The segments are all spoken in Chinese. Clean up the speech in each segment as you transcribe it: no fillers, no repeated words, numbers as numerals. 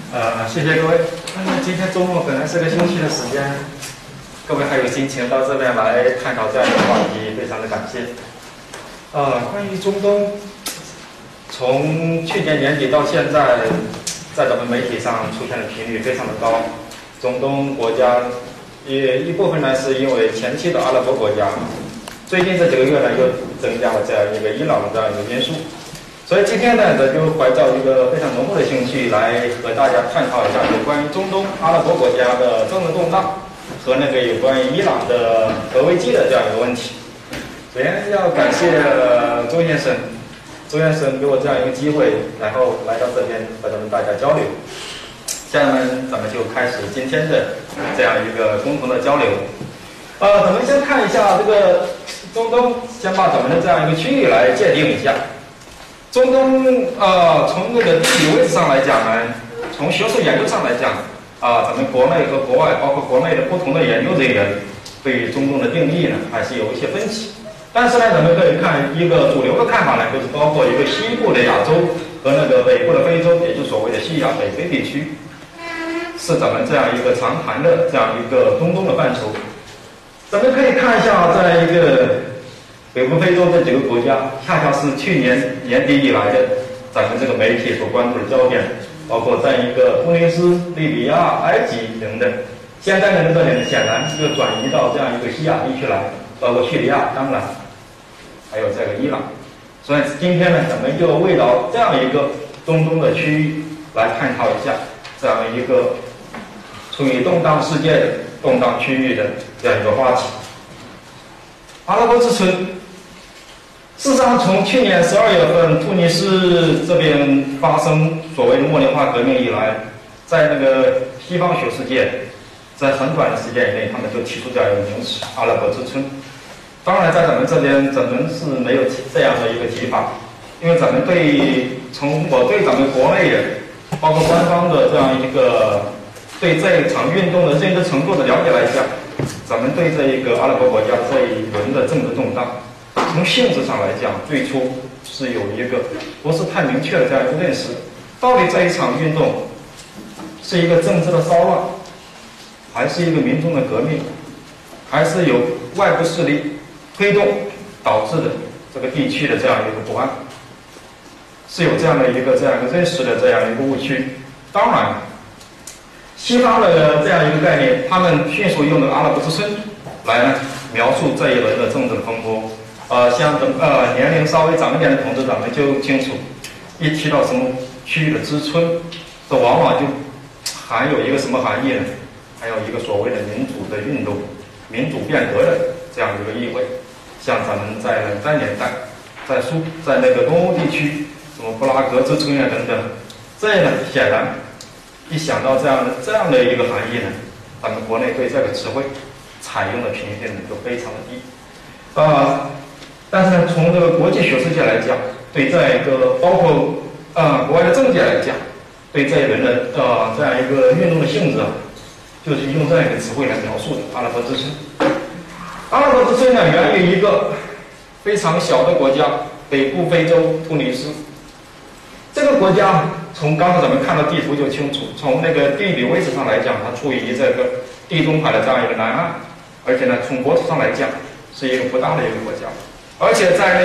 谢谢各位。今天周末本来是个休息的时间，各位还有心情到这边来探讨这样一个话题，非常的感谢。关于中东，从去年年底到现在，在咱们媒体上出现的频率非常的高。中东国家也一部分呢是因为前期的阿拉伯国家，最近这几个月呢又增加了这样一个伊朗的这样一个因素。所以今天呢，我就怀着一个非常浓厚的兴趣来和大家探讨一下有关于中东阿拉伯国家的政治动荡和那个有关于伊朗的核危机的这样一个问题。首先要感谢周先生给我这样一个机会，然后来到这边和咱们大家交流。下面咱们就开始今天的这样一个共同的交流。咱们先看一下这个中东，先把咱们的这样一个区域来界定一下。中东从这个地理位置上来讲呢，从学术研究上来讲咱们国内和国外，包括国内的不同的研究人员对于中东的定义呢，还是有一些分歧。但是呢，咱们可以看一个主流的看法呢，就是包括一个西部的亚洲和那个北部的非洲，也就是所谓的西亚北非地区，是咱们这样一个常谈的这样一个中东的范畴。咱们可以看一下，在一个北部非洲这几个国家，恰恰是去年年底以来的咱们这个媒体所关注的焦点，包括在一个突尼斯、利比亚、埃及等等。现在呢，这里显然就转移到这样一个西亚地区来，包括叙利亚，当然还有这个伊朗。所以今天呢，咱们就围绕这样一个中东的区域来探讨一下这样一个处于动荡世界的动荡区域的这样一个话题。阿拉伯之春，事实上，从去年12月份突尼斯这边发生所谓的茉莉花革命以来，在那个西方学术界，在很短的时间以内，他们就提出这样一个名词——阿拉伯之春。当然，在咱们这边，咱们是没有这样的一个提法，因为咱们从我对咱们国内人，包括官方的这样一个对这一场运动的认知程度的了解来讲，咱们对这一个阿拉伯国家这一轮的政治动荡，从性质上来讲，最初是有一个不是太明确的这样一个认识，到底这一场运动是一个政治的骚乱，还是一个民众的革命，还是有外部势力推动导致的这个地区的这样一个不安，是有这样一个认识的这样一个误区。当然，西方的这样一个概念，他们迅速用的阿拉伯之春来呢描述这一轮的政治的风波。像年龄稍微长一点的同志，咱们就清楚，一提到什么区域的之春，这往往就含有一个什么含义呢？还有一个所谓的民主的运动、民主变革的这样一个意味。像咱们在冷战年代，在那个东欧地区，什么布拉格之春啊等等，这呢显然一想到这样的一个含义呢，咱们国内对这个词汇采用的频率呢就非常的低。但是呢，从这个国际学术界来讲，对这一个包括国外的政界来讲，对这一轮的这样一个运动的性质就是用这样一个词汇来描述的阿拉伯之春。阿拉伯之春呢，源于一个非常小的国家——北部非洲突尼斯。这个国家从刚才咱们看到地图就清楚，从那个地理位置上来讲，它处于这个地中海的这样一个南岸，而且呢，从国土上来讲，是一个不大的一个国家。而且在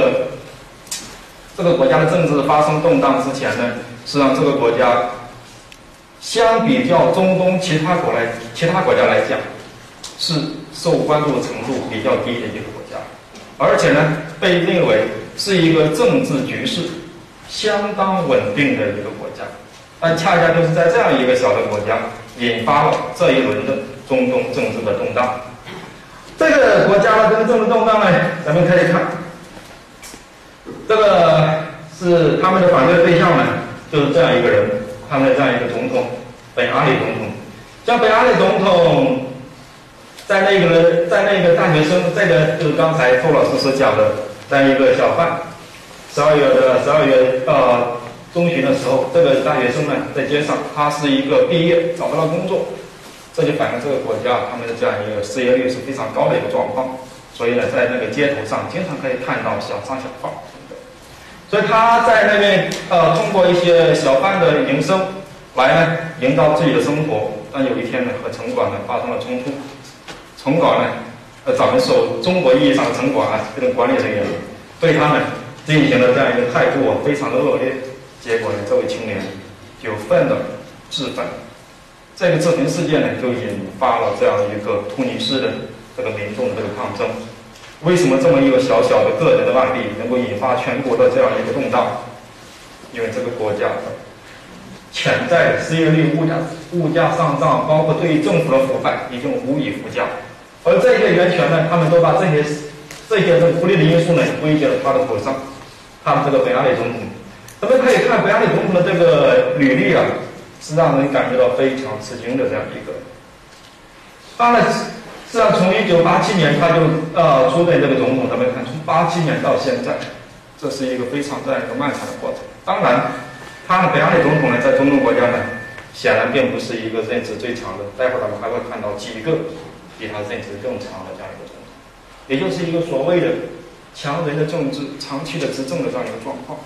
这个国家的政治发生动荡之前呢，实际上这个国家相比较中东其他国家来讲，是受关注的程度比较低的一个国家，而且呢，被认为是一个政治局势相当稳定的一个国家。但恰恰就是在这样一个小的国家，引发了这一轮的中东政治的动荡。这个国家的政治动荡呢，咱们可以看，这个是他们的反对对象呢，就是这样一个人，他们的这样一个总统本阿里总统。像本阿里总统，在那个大学生，这个就是刚才周老师所讲的这样一个小贩，12月中旬的时候，这个大学生呢在街上，他是一个毕业找不到工作。这就反映这个国家他们的这样一个失业率是非常高的一个状况，所以呢，在那个街头上经常可以看到小商小贩。所以他在那边通过一些小贩的营生来呢营造自己的生活。但有一天呢，和城管呢发生了冲突，城管呢，咱们说中国意义上的城管啊，这种管理人员对他们进行了这样一个态度啊，非常的恶劣。结果呢，这位青年就愤而自焚。这个自焚事件呢，就引发了这样一个突尼斯的这个民众的这个抗争。为什么这么一个小小的个人的案例能够引发全国的这样一个动荡？因为这个国家潜在的失业率、物价上涨，包括对于政府的腐败，已经无以复加。而这些源泉呢，他们都把这些不利的因素呢归结了他的头上。他们这个本阿里总统，咱们可以看本阿里总统的这个履历啊，是让人感觉到非常吃惊的这样一个。当然，实际上从1987年他就出任这个总统，咱们看从87年到现在，这是一个非常这样一个漫长的过程。当然，他的本阿里总统呢，在中东国家呢，显然并不是一个任职最长的。待会儿咱们还会看到几个比他任职更长的这样一个总统，也就是一个所谓的强人的政治、长期的执政的这样一个状况。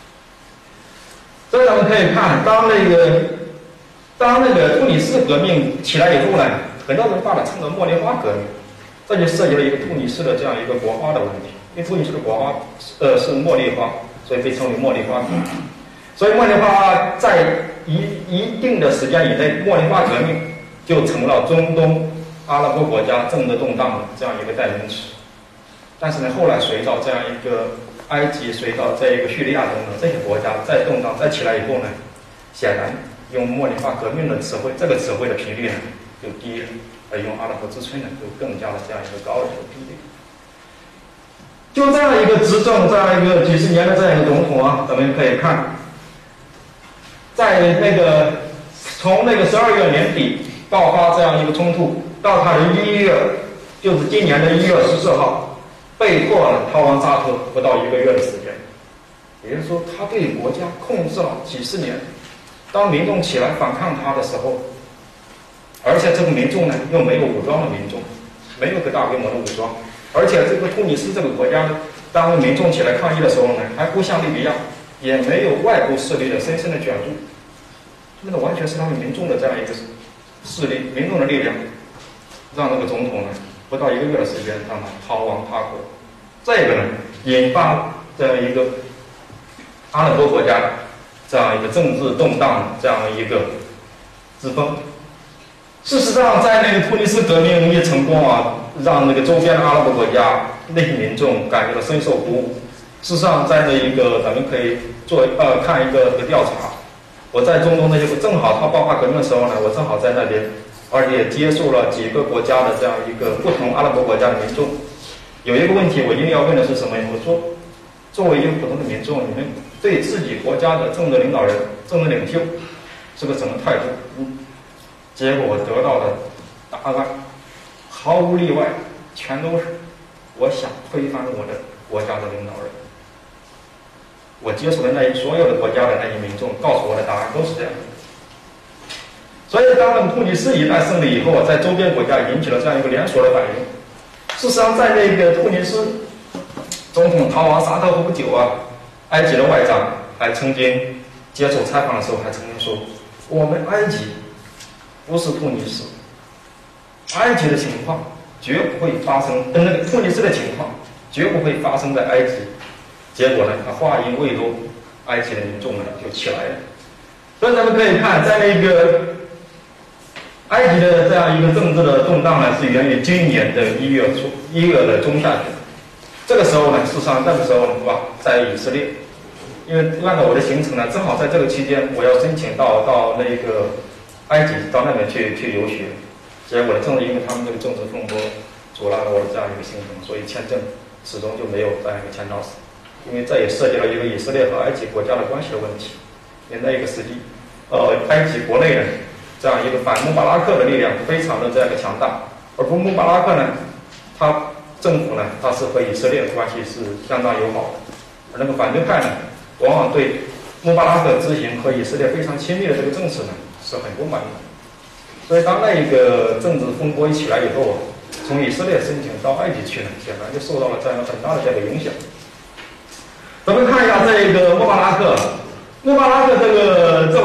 所以咱们可以看，当那个突尼斯革命起来以后呢，很多人把它称为茉莉花革命，这就涉及了一个突尼斯的这样一个国花的问题。因为突尼斯的国花是茉莉花，所以被称为茉莉花革命。所以茉莉花在一定的时间以内，茉莉花革命就成了中东阿拉伯国家政治动荡的这样一个代名词。但是呢，后来随着这样一个埃及，随着这一个叙利亚等等这些国家再动荡再起来以后呢，显然用茉莉花革命的词汇，这个词汇的频率呢就低了，而用阿拉伯之春呢就更加的这样一个高的这个频率。就这样一个执政，这样一个几十年的这样一个总统啊，咱们可以看，在从12月年底爆发这样一个冲突，到他的就是今年的1月14号，被迫逃亡沙特不到1个月的时间。也就是说，他对国家控制了几十年。当民众起来反抗他的时候，而且这个民众呢又没有武装的民众，没有个大规模的武装。而且这个突尼斯这个国家呢，当民众起来抗议的时候呢，还不像利比亚，也没有外部势力的深深的卷入，那完全是他们民众的这样一个势力，民众的力量，让那个总统呢不到1个月的时间让他逃亡他国。这个呢，引发这样一个阿拉伯国家这样一个政治动荡这样一个之风。事实上，在那个突尼斯革命一成功啊，让那个周边的阿拉伯国家那些民众感觉到深受鼓舞。事实上，在那一个咱们可以看一个调查，我在中东那些正好他爆发革命的时候呢，我正好在那边，而且也接触了几个国家的这样一个不同阿拉伯国家的民众。有一个问题我一定要问的是什么？我说，作为一个普通的民众，你们对自己国家的政治领导人、政治领袖是个什么态度？结果我得到的答案毫无例外，全都是我想推翻我的国家的领导人。我接触的所有的国家的那些民众告诉我的答案都是这样的。所以当突尼斯一旦胜利以后，在周边国家引起了这样一个连锁的反应。事实上，在那个突尼斯总统逃亡沙特后不久啊，埃及的外长还曾经接受采访的时候还曾经说，我们埃及不是突尼斯，埃及的情况绝不会发生，那个突尼斯的情况绝不会发生在埃及。结果呢，他话音未落，埃及的民众呢就起来了。所以咱们可以看，在那个埃及的这样一个政治的动荡呢，是源于今年的1月的中下旬。这个时候呢，事实上那个时候是吧，在以色列，因为按照我的行程呢，正好在这个期间，我要申请到那个埃及，到那边去游学。结果呢，正是因为他们这个政治风波阻拦了我的这样一个行程，所以签证始终就没有这样一个签到时。因为这也涉及了一个以色列和埃及国家的关系的问题。因为那个时期，埃及国内呢，这样一个反穆巴拉克的力量非常的这样一个强大，而穆巴拉克呢，他政府呢，他是和以色列的关系是相当友好的，而那个反对派呢，往往对穆巴拉克执行和以色列非常亲密的这个政策呢，是很不满的。所以当那一个政治风波一起来以后啊，从以色列申请到埃及去呢，显然就受到了这样很大的这个影响。咱们看一下这个穆巴拉克这位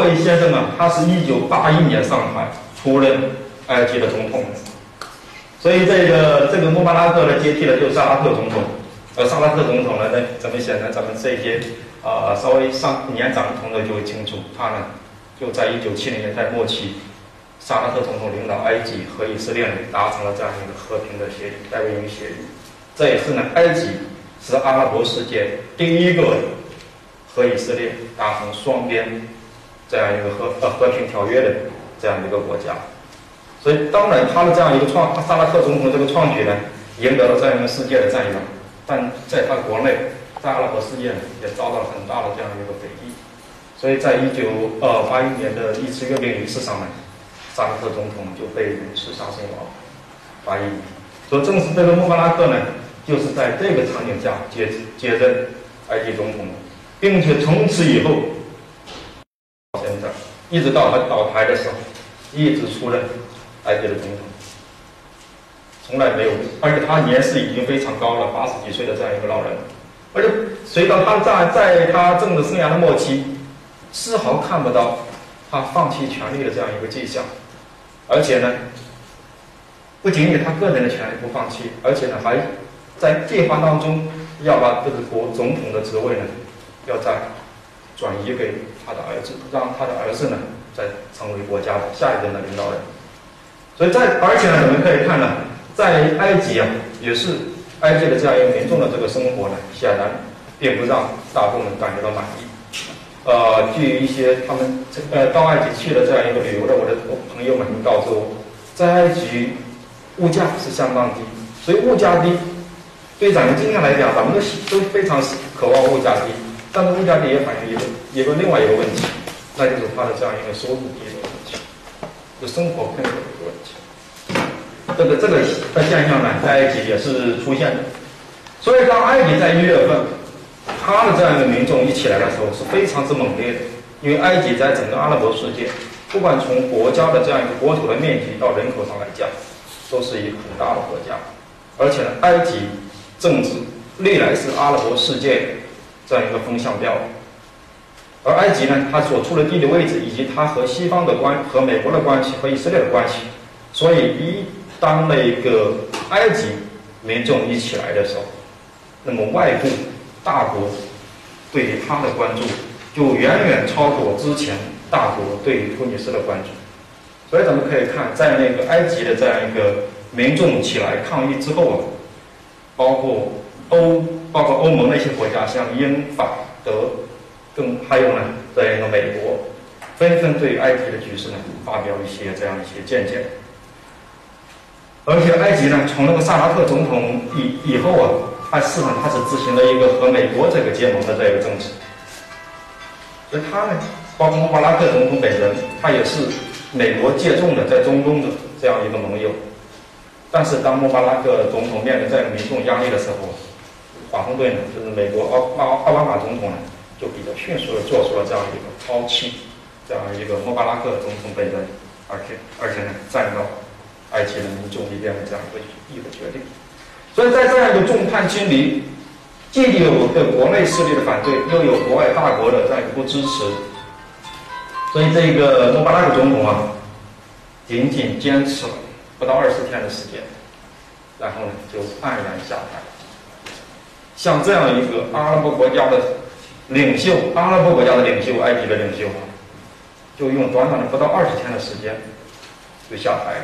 位先生啊，他是1981年上台出任埃及的总统，所以这个穆巴拉克呢接替了就是萨拉特总统，而萨拉特总统呢，怎么显然咱们这些稍微年长的同志就会清楚，他呢就在1970年代末期，萨拉特总统领导埃及和以色列达成了这样一个和平的协议，戴维营协议。这也是呢，埃及是阿拉伯世界第一个和以色列达成双边这样一个和平条约的这样一个国家。所以当然他的这样一个萨拉特总统这个创举呢，赢得了这样一个世界的赞扬，但在他国内，在阿拉伯世界呢，也遭到了很大的这样一个非议。所以在1981年的一次阅兵仪式上呢，萨拉特总统就被人刺杀身亡，81年。所以正是这个穆巴拉克呢，就是在这个场景下接任埃及总统，并且从此以后，现在一直到他倒台的时候，一直出任埃及的总统，从来没有，而且他年事已经非常高了，80几岁的这样一个老人，而且随着他在他政治生涯的末期，丝毫看不到他放弃权力的这样一个迹象，而且呢，不仅仅他个人的权利不放弃，而且呢还在计划当中要把这个总统的职位呢，要再转移给他的儿子，让他的儿子呢再成为国家的下一任的领导人。所以而且呢，我们可以看呢，在埃及啊，也是埃及的这样一个民众的这个生活呢，显然并不让大众们感觉到满意。据一些他们到埃及去了这样一个旅游的我的朋友们告诉我，在埃及物价是相当低，所以物价低，对咱们今天来讲，咱们都非常渴望物价低，但是物价低也反映另外一个问题，那就是它的这样一个收入低的问题，就生活困苦的一个问题。这个的现象呢，在埃及也是出现的。所以当埃及在1月份，他的这样一个民众一起来的时候是非常之猛烈的，因为埃及在整个阿拉伯世界，不管从国家的这样一个国土的面积到人口上来讲，都是一个很大的国家，而且呢，埃及政治历来是阿拉伯世界这样一个风向标，而埃及呢，它所处的地理位置以及它和西方的和美国的关系和以色列的关系，所以当那个埃及民众一起来的时候，那么外部大国对于他的关注就远远超过之前大国对于突尼斯的关注。所以咱们可以看，在那个埃及的这样一个民众起来抗议之后啊，包括欧盟的一些国家，像英法德，还有呢这个美国，纷纷对埃及的局势呢发表一些见解。而且埃及呢，从那个萨拉特总统以后啊，他事实上他是执行了一个和美国这个结盟的这个政策。所以他呢，包括穆巴拉克总统本人，他也是美国借重的在中东的这样一个盟友。但是当穆巴拉克总统面临这样民众压力的时候，华盛顿呢，就是美国奥巴马总统呢，就比较迅速的做出了这样一个抛弃这样一个穆巴拉克总统本人，而且呢，站到埃及的民众一边的这样一个决定。所以在这样一个众叛亲离，既有的国内势力的反对，又有国外大国的这样一个不支持，所以这个穆巴拉克总统啊，仅仅坚持了不到20天的时间，然后呢就黯然下台。像这样一个阿拉伯国家的领袖，埃及的领袖，就用短短的不到20天的时间就下台了。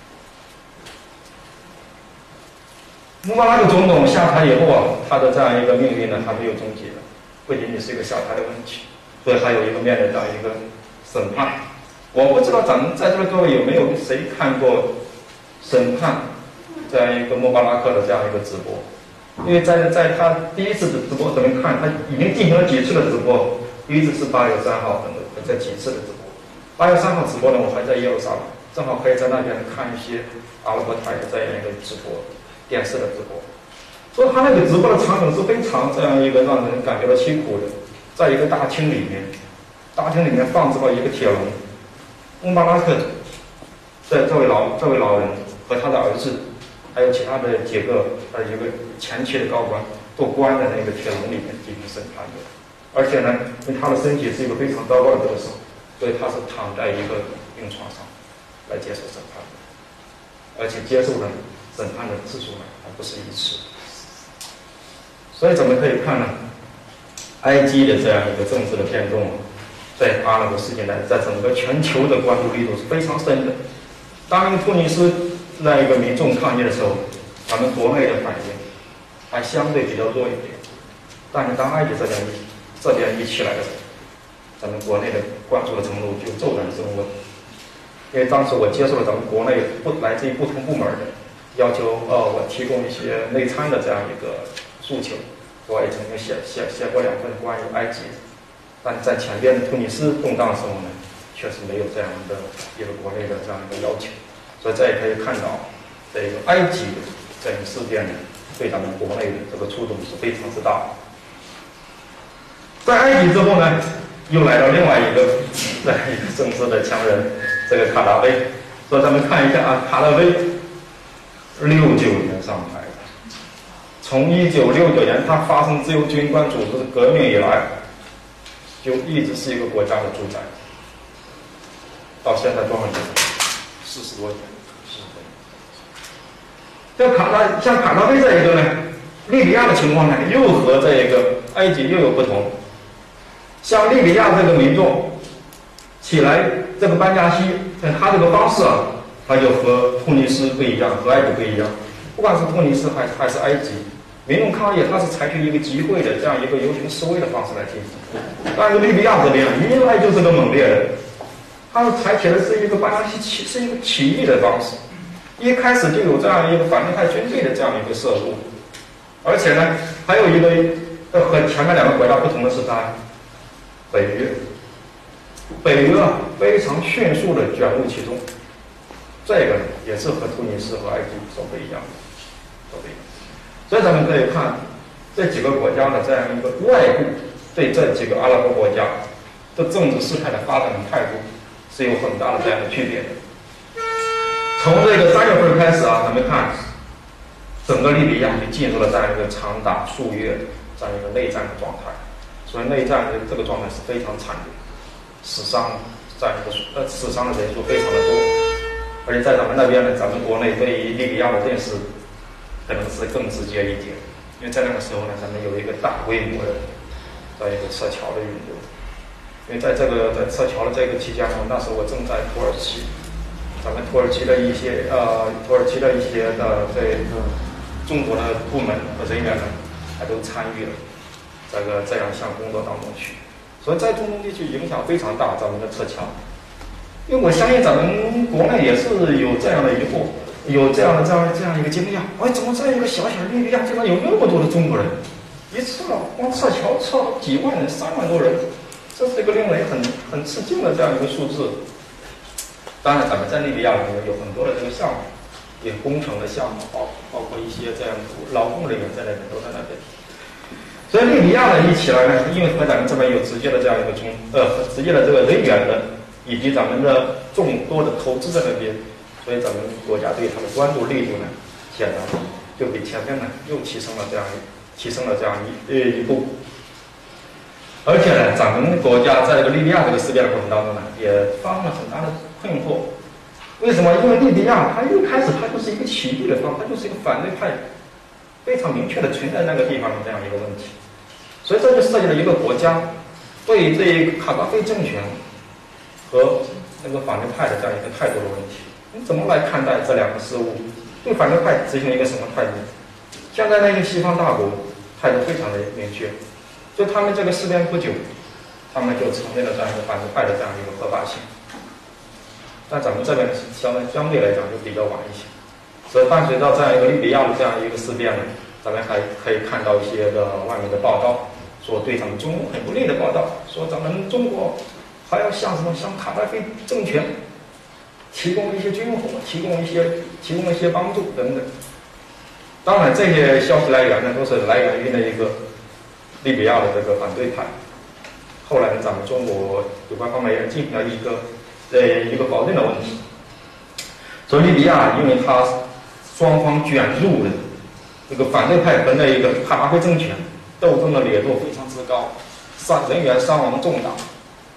穆巴拉克总统下台以后啊，他的这样一个命运呢还没有终结，不仅仅是一个下台的问题，所以还有一个面对这样一个审判。我不知道咱们在座的各位有没有谁看过审判这样一个穆巴拉克的这样一个直播？因为在他第一次的直播上面看，他已经进行了几次的直播。第一次是8月3号这几次的直播。8月3号直播呢，我还在耶路撒冷，正好可以在那边看一些阿拉伯台的这样一个直播。电视的直播，所以他那个直播的场景是非常这样一个让人感觉到辛苦的。在一个大厅里面放置了一个铁笼，穆巴拉克这位老人和他的儿子，还有其他的几个一个前期的高官，都关在那个铁笼里面进行审判的。而且呢，因为他的身体是一个非常糟糕的得手， 所以他是躺在一个病床上来接受审判的，而且接受的审判的次数呢还不是一次。所以咱们可以看呢，埃及的这样一个政治的变动，在阿拉伯世界内，在整个全球的关注力度是非常深的。当突尼斯那一个民众抗议的时候，咱们国内的反应还相对比较弱一点，但是当埃及这边一起来的时候，咱们国内的关注的程度就骤然升温。因为当时我接受了咱们国内来自于不同部门的要求，我提供一些内参的这样一个诉求，我也曾经写过2份关于埃及的，但在前边突尼斯动荡的时候呢，确实没有这样的一个国内的这样一个要求，所以这也可以看到，这个埃及的这个事变呢，对咱们国内的这个触动是非常之大的。在埃及之后呢，又来到另外一个政治的强人，这个卡达菲。所以咱们看一下啊，卡达菲69年上台的，从1969年他发生自由军官组织革命以来，就一直是一个国家的主宰，到现在多少年？40多年。像卡达菲这一个呢，利比亚的情况呢，又和这一个埃及又有不同。像利比亚这个民众起来，这个班加西，他这个方式啊，他就和突尼斯不一样，和埃及不一样。不管是突尼斯还是埃及，民众抗议，他是采取一个集会的这样一个游行示威的方式来进行。但是利比亚这边一来就是个猛烈的，他是采取的是一个班加西是一个起义的方式，一开始就有这样一个反对派军队的这样一个涉入，而且呢，还有一个和前面2个国家不同的是它。北约啊，非常迅速的卷入其中，这个也是和突尼斯和埃及所不一样的，所以咱们可以看这几个国家的这样一个外部对这几个阿拉伯国家的政治事态的发展的态度是有很大的这样的区别的。从这个3月份开始啊，咱们看整个利比亚就进入了这样一个长达数月这样一个内战的状态。所以内战的这个状态是非常惨烈，死伤的人数非常的多，而且在咱们那边呢，咱们国内对于利比亚的认识可能是更直接一点，因为在那个时候呢，咱们有一个大规模的这一个撤侨的运动，因为在撤侨的这个期间呢，那时候我正在土耳其，咱们土耳其的一些的这个中国的部门和人员呢，还都参与了。这样项工作当中去，所以在中东地区影响非常大，咱们的撤侨。因为我相信咱们国内也是有这样的疑惑，有这样一个惊讶，怎么在一个小小的利比亚竟然有那么多的中国人？一次光撤侨撤了几万人，3万多人，这是一个令人很吃惊的这样一个数字。当然，咱们在利比亚里面有很多的这个项目，也工程的项目，包括一些这样劳动人员在那边都在那边。所以利比亚呢一起来呢，因为和咱们这边有直接的这样一个直接的这个人员的，以及咱们的众多的投资在那边，所以咱们国家对它的关注力度呢，显然就比前面呢又提升了这样一步。而且呢，咱们国家在这个利比亚这个事变的过程当中呢，也发生了很大的困惑。为什么？因为利比亚它一开始它就是一个起义的方，它就是一个反对派非常明确的存在那个地方的这样一个问题，所以这就涉及了一个国家对这个卡扎菲政权和那个反对派的这样一个态度的问题。你怎么来看待这2个事物？对反对派执行一个什么态度？现在那个西方大国态度非常的明确，就他们这个事变不久，他们就承认了这样一个反对派的这样一个合法性。但咱们这边相对来讲就比较晚一些。所以伴随到这样一个利比亚的这样一个事变呢，咱们还可以看到一些的外面的报道，说对咱们中国很不利的报道，说咱们中国还要向卡扎菲政权提供一些军火，提供一些帮助等等。当然，这些消息来源呢，都是来源于那一个利比亚的这个反对派。后来呢，咱们中国有关方面也进行了一个否认的问题。所以利比亚因为它双方卷入的这个反对派和那一个卡扎菲政权斗争的烈度非常之高，人员伤亡重大，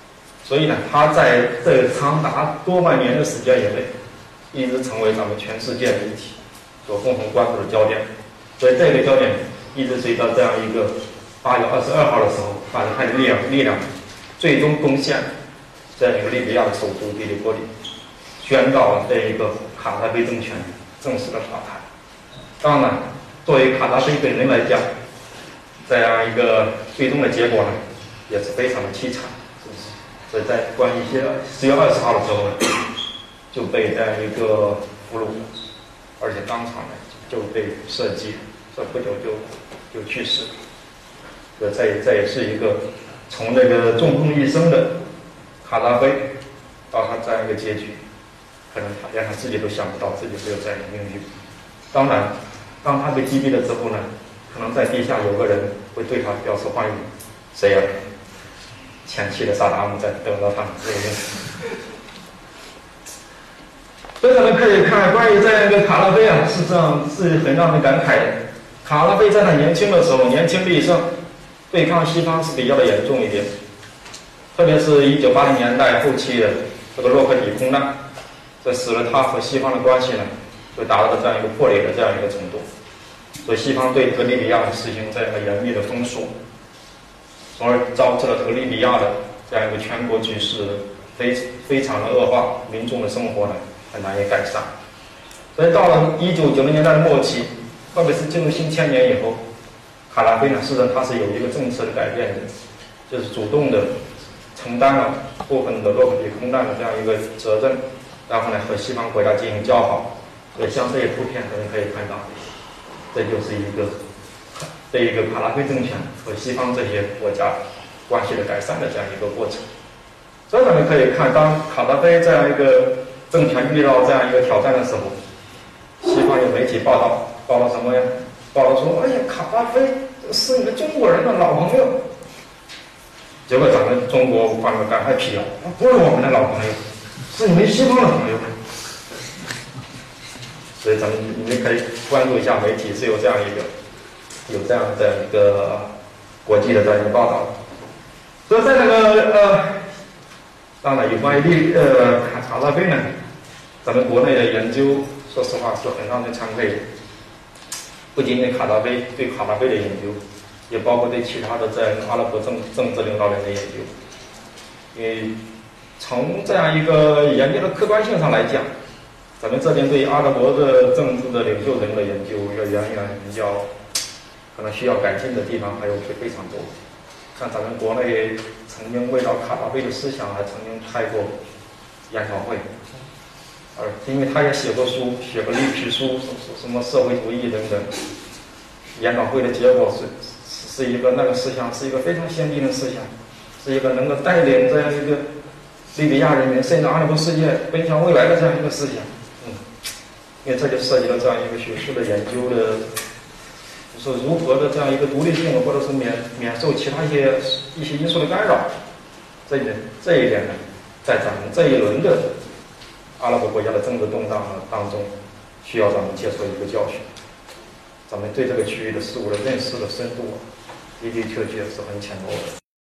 所以呢，他在这长达多万年的时间以内，一直成为咱们全世界媒体所共同关注的焦点。所以这个焦点一直随着这样一个8月22号的时候，巴勒坦力量最终攻陷这样一个利比亚的首都迪利波里，宣告了这一个卡扎菲政权正式的垮台。当然，作为卡扎菲本人来讲，这样一个最终的结果呢，也是非常的凄惨，是不是？所以在关于10月20号的时候呢，就被这样一个俘虏，而且当场呢就被射击，这不久就去世。这也是一个从这个纵横一生的卡扎菲到他这样一个结局，可能连他自己都想不到自己会有这样的命运。当然，当他被击毙了之后呢，可能在地下有个人会对他表示欢迎，谁呀？前期的萨达姆在等着他，对不对？所以咱们可以看关于这样一个卡拉菲啊，事实上是很让人感慨的。卡拉菲在他年轻的时候，年轻力盛，对抗西方是比较的严重一点，特别是1980年代后期的这个洛克底空难，这使得他和西方的关系呢，就达到了这样一个破裂的这样一个程度。所以西方对利比亚实行这样一个严密的封锁，从而导致了这个利比亚的这样一个全国局势非常的恶化，民众的生活呢很难以改善。所以到了1990年代的末期，特别是进入新千年以后，卡拉菲呢，事实上他是有一个政策的改变的，就是主动的承担了部分的洛克底空难的这样一个责任，然后呢和西方国家进行交好。所以像这些图片我们可以看到，这就是这一个卡拉菲政权和西方这些国家关系的改善的这样一个过程。所以我们可以看，当卡扎菲这样一个政权遇到这样一个挑战的时候，西方有媒体报道什么呀？报道说，哎呀，卡扎菲是你们中国人的老朋友。结果咱们中国方面赶快辟谣，不是我们的老朋友，是你们西方的朋友。所以你们可以关注一下媒体是有这样的一个国际的这样一个报道。所以在那个当然有关于卡扎菲呢，咱们国内的研究说实话是很让人惭愧的，不仅仅对卡扎菲的研究，也包括对其他的在阿拉伯政治领导人的研究。因为从这样一个研究的客观性上来讲，咱们这边对阿拉伯的政治的领袖人的研究要远远比较可能需要改进的地方还有非常多。像咱们国内曾经为了卡扎菲的思想还曾经开过研讨会，因为他也写过书，写过绿皮书，什么社会主义等等。研讨会的结果是一个那个思想是一个非常先进的思想，是一个能够带领这样一个利比亚人民甚至阿拉伯世界奔向未来的这样一个思想。因为这就涉及到这样一个学术的研究的，就是如何的这样一个独立性，或者是免受其他一些因素的干扰。这一点呢，在咱们这一轮的阿拉伯国家的政治动荡当中，需要咱们接受一个教训。咱们对这个区域的事物的认识的深度的确是很浅薄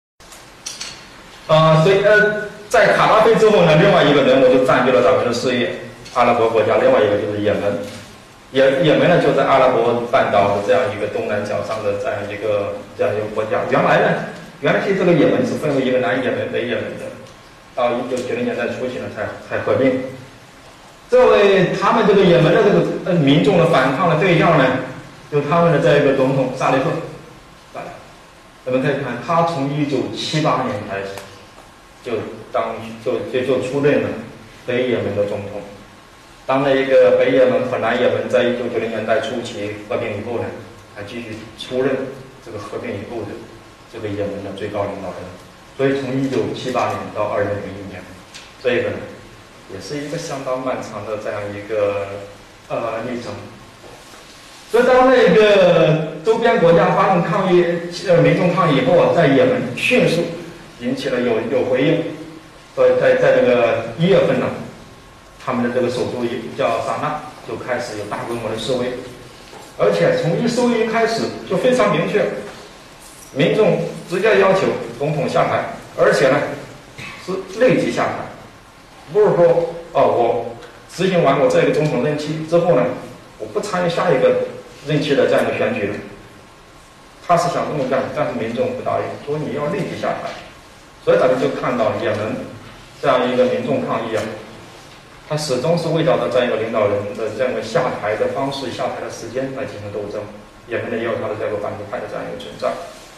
的。所以在卡扎菲之后呢，另外一个人物就占据了咱们的视野。阿拉伯国家另外一个就是也门，也门呢就在阿拉伯半岛的这样一个东南角上的这样一个国家。原来其实这个也门是分为一个南也门、北也门的，到1990年代初期呢才合并。作为他们这个也门的这个民众的反抗的对象呢，就他们的这个总统萨利赫。我们可以看，他从1978年开始就出任了北也门的总统。当那一个北也门和南也门在1990年代初期合并以后呢，还继续出任这个合并以后的这个也门的最高领导人。所以从1978年到2001年，这个呢也是一个相当漫长的这样一个历程。所以当那个周边国家发动抗议，民众抗议以后啊，在也门迅速引起了有回应。所以在这个1月份呢，他们的这个首都叫萨那就开始有大规模的示威，而且从示威开始就非常明确，民众直接要求总统下台，而且呢是立即下台，不是说我执行完我这个总统任期之后呢，我不参与下一个任期的这样一个选举了。他是想这么干，但是民众不答应，说你要立即下台。所以咱们就看到也门这样一个民众抗议啊，他始终是围绕着这样一个领导人的这样一个下台的方式、下台的时间来进行斗争。也门呢也有他的这个反对派的这样一个存在。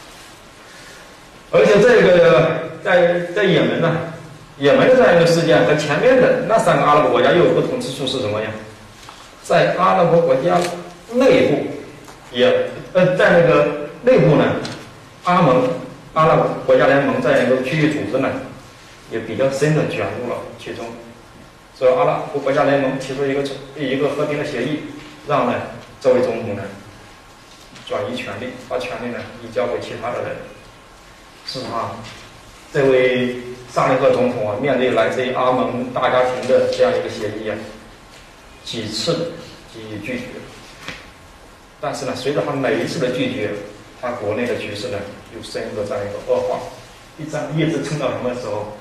而且这个在也门呢，也门的这样一个事件和前面的那三个阿拉伯国家又有不同之处是什么呀？在阿拉伯国家内部也在那个内部呢，阿拉伯国家联盟这样一个区域组织呢，也比较深的卷入了其中。所以阿拉伯国家联盟提出一个和平的协议，让呢这位总统呢转移权力，把权力呢移交给其他的人。事实上，这位萨利赫总统啊，面对来自于阿盟大家庭的这样一个协议啊，几次给予拒绝。但是呢，随着他每一次的拒绝，他国内的局势呢又深入了这样一个恶化，一直撑到什么时候？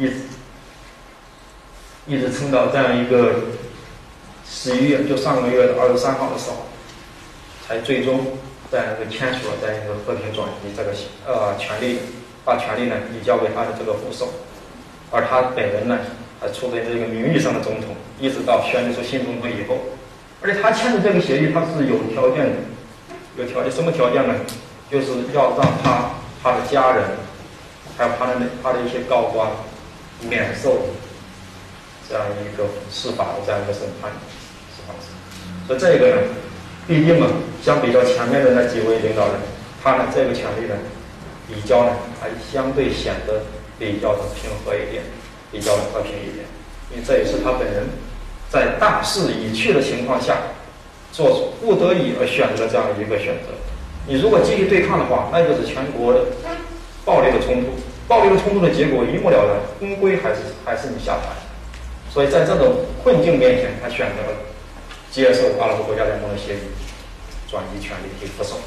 一直撑到这样一个11月，就上个月的23号的时候，才最终这样一个签署了这样一个和平转移这个权利，把权力呢移交给他的这个副手，而他本人呢还处在这个名义上的总统，一直到选出新总统以后。而且他签的这个协议，他是有条件的，有条件什么条件呢？就是要让他的家人，还有他的一些高官免受这样一个司法的这样一个审判，是吧？所以这个呢，毕竟嘛，相比较前面的那几位领导人，他呢这个权力呢比较呢还相对显得比较的平和一点，比较的和平一点，因为这也是他本人在大势已去的情况下，做出不得已而选择的这样一个选择。你如果继续对抗的话，那就是全国的暴力的冲突，暴力的冲突的结果一目了然，终归还是你下台。所以在这种困境面前，他选择了接受阿拉伯国家联盟的协议，转移权力给副手。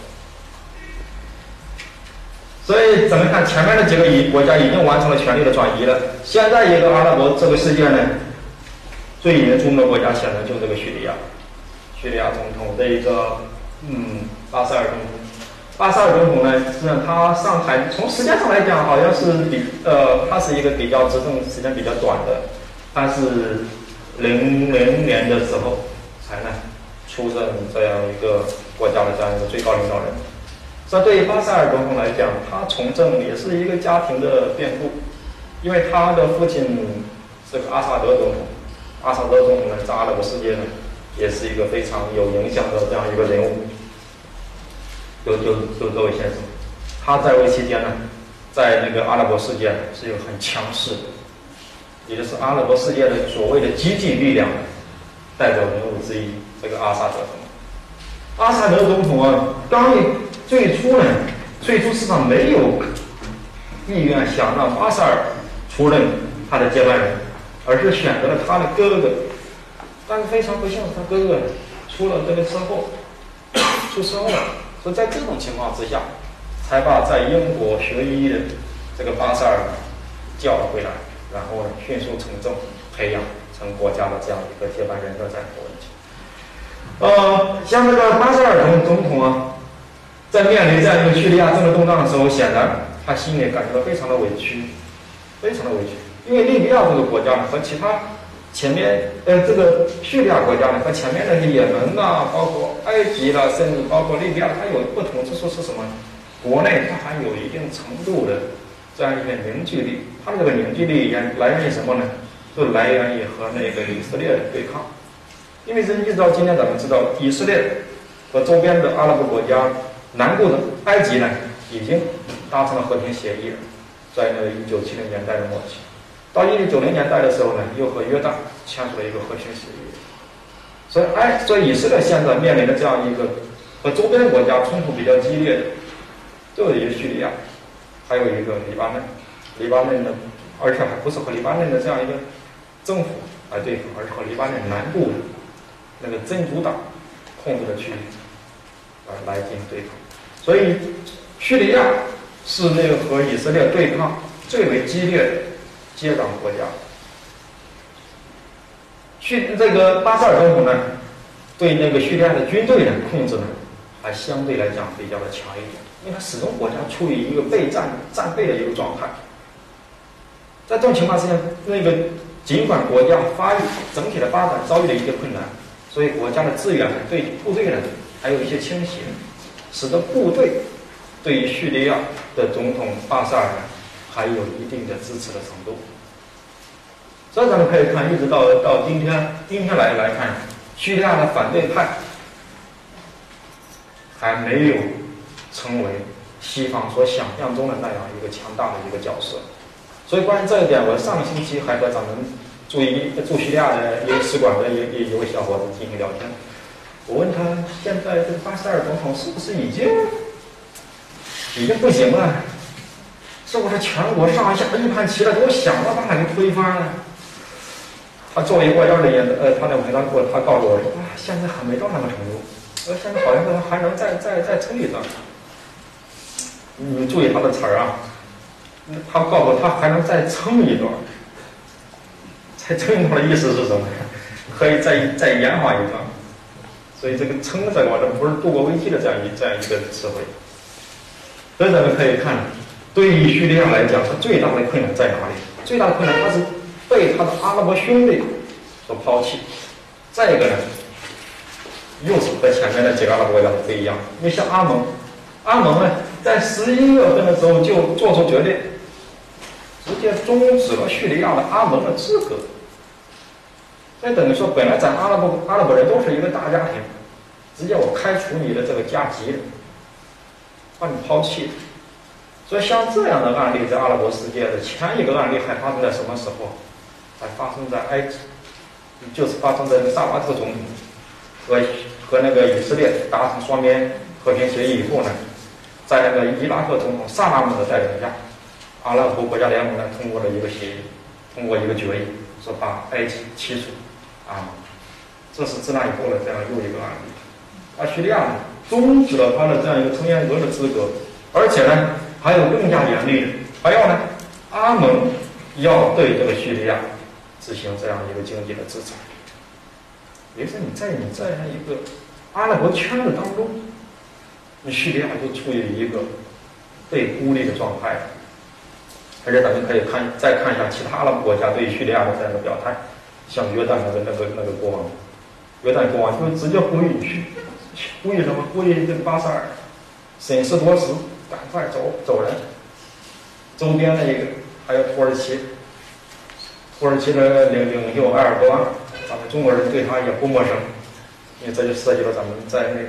所以怎么看前面的几个国家已经完成了权力的转移了，现在一个阿拉伯这个事件呢，最严重的国家显然就是这个叙利亚。叙利亚总统这一个巴沙尔总统。巴沙尔总统呢，实际上他上台从时间上来讲，好像是他是一个比较执政时间比较短的，他是00年的时候才呢出任这样一个国家的这样一个最高领导人。这对于巴沙尔总统来讲，他从政也是一个家庭的变故，因为他的父亲是个阿萨德总统，阿萨德总统呢在阿拉伯世界呢也是一个非常有影响的这样一个人物。就这位先生，他在位期间呢，在那个阿拉伯世界是一个很强势的，也就是阿拉伯世界的所谓的积极力量代表人物之一，这个阿萨德总统。阿萨德总统啊，最初事实上没有意愿想让巴沙尔出任他的接班人，而是选择了他的哥哥。但是非常不幸，他哥哥出了这个车祸，出车祸了。所以在这种情况之下，才把在英国学医的这个巴沙尔叫了回来，然后呢迅速从政，培养成国家的这样一个接班人的这样一个问题。像这个巴沙尔总统啊，在面临这样一个叙利亚政治动荡的时候，显然他心里感觉到非常的委屈，非常的委屈，因为利比亚这个国家和其他前面这个叙利亚国家呢，和前面的也门啊，包括埃及啦，甚至包括利比亚，它有不同之处是什么？国内它还有一定程度的这样一个凝聚力，它的这个凝聚力来源于什么呢？就来源于和那个以色列的对抗。因为一直到今天，咱们知道以色列和周边的阿拉伯国家，南部的埃及呢，已经达成了和平协议了，在那个1970年代的末期。到1990年代的时候呢，又和约旦签署了一个和平协议。所以以色列现在面临的这样一个和周边国家冲突比较激烈的，就是一个叙利亚，还有一个黎巴嫩。黎巴嫩呢，而且还不是和黎巴嫩的这样一个政府来对抗，而是和黎巴嫩南部的那个真主党控制的区域来进行对抗。所以叙利亚是那个和以色列对抗最为激烈的接壤国家。这个巴沙尔总统呢，对那个叙利亚的军队的控制呢，还相对来讲比较的强一点，因为他始终国家处于一个战备的一个状态。在这种情况之下，尽管国家整体的发展遭遇了一些困难，所以国家的资源对部队呢还有一些倾斜，使得部队对于叙利亚的总统巴沙尔呢还有一定的支持的程度。所以咱们可以看，一直到今天来看，叙利亚的反对派还没有成为西方所想象中的那样一个强大的一个角色。所以关于这一点，我上个星期还和咱们驻叙利亚的一个使馆的一位小伙子进行聊天。我问他，现在这个巴沙尔总统是不是已经不行了？是不是全国上下一盘棋了，都想了把他给推翻了？他作为外交人员，他回答过，他告诉我，现在还没到那个程度，现在好像还能再撑一段。你注意他的词儿啊，他告诉我他还能再撑一段，再撑一段的意思是什么？可以再延缓一段。所以这个撑这个不是度过危机的这样一个词汇。所以咱们可以看，对于叙利亚来讲，它最大的困难在哪里？最大的困难，它是被他的阿拉伯兄弟所抛弃。再一个呢，又是和前面的几个阿拉伯国家不一样。因为像阿盟呢，在11月份的时候就做出决定，直接终止了叙利亚的阿盟的资格。所以等于说，本来咱阿拉伯人都是一个大家庭，直接我开除你的这个加籍了，把你抛弃了。所以像这样的案例，在阿拉伯世界的前一个案例还发生在什么时候？还发生在埃及，就是发生在萨拉特总统和那个以色列达成双边和平协议以后呢，在那个伊拉克总统萨拉姆的带领下，阿拉伯国家联盟呢通过了一个协议，通过一个决议，说把埃及起诉啊，这是自那以后的这样又一个案例。而叙利亚呢，终止了他的这样一个成员国的资格，而且呢，还有更加严厉的，还有呢，阿盟要对这个叙利亚执行这样一个经济的制裁。也就是你在一个阿拉伯圈子当中，你叙利亚就处于一个被孤立的状态。而且咱们可以再看一下其他阿拉伯国家对叙利亚的这样的表态，像约旦那个国王，约旦国王就直接呼吁什么？呼吁这个巴沙尔审时度势，赶快走人。周边的一个还有土耳其的领袖埃尔多安，咱们中国人对他也不陌生，因为这就涉及了咱们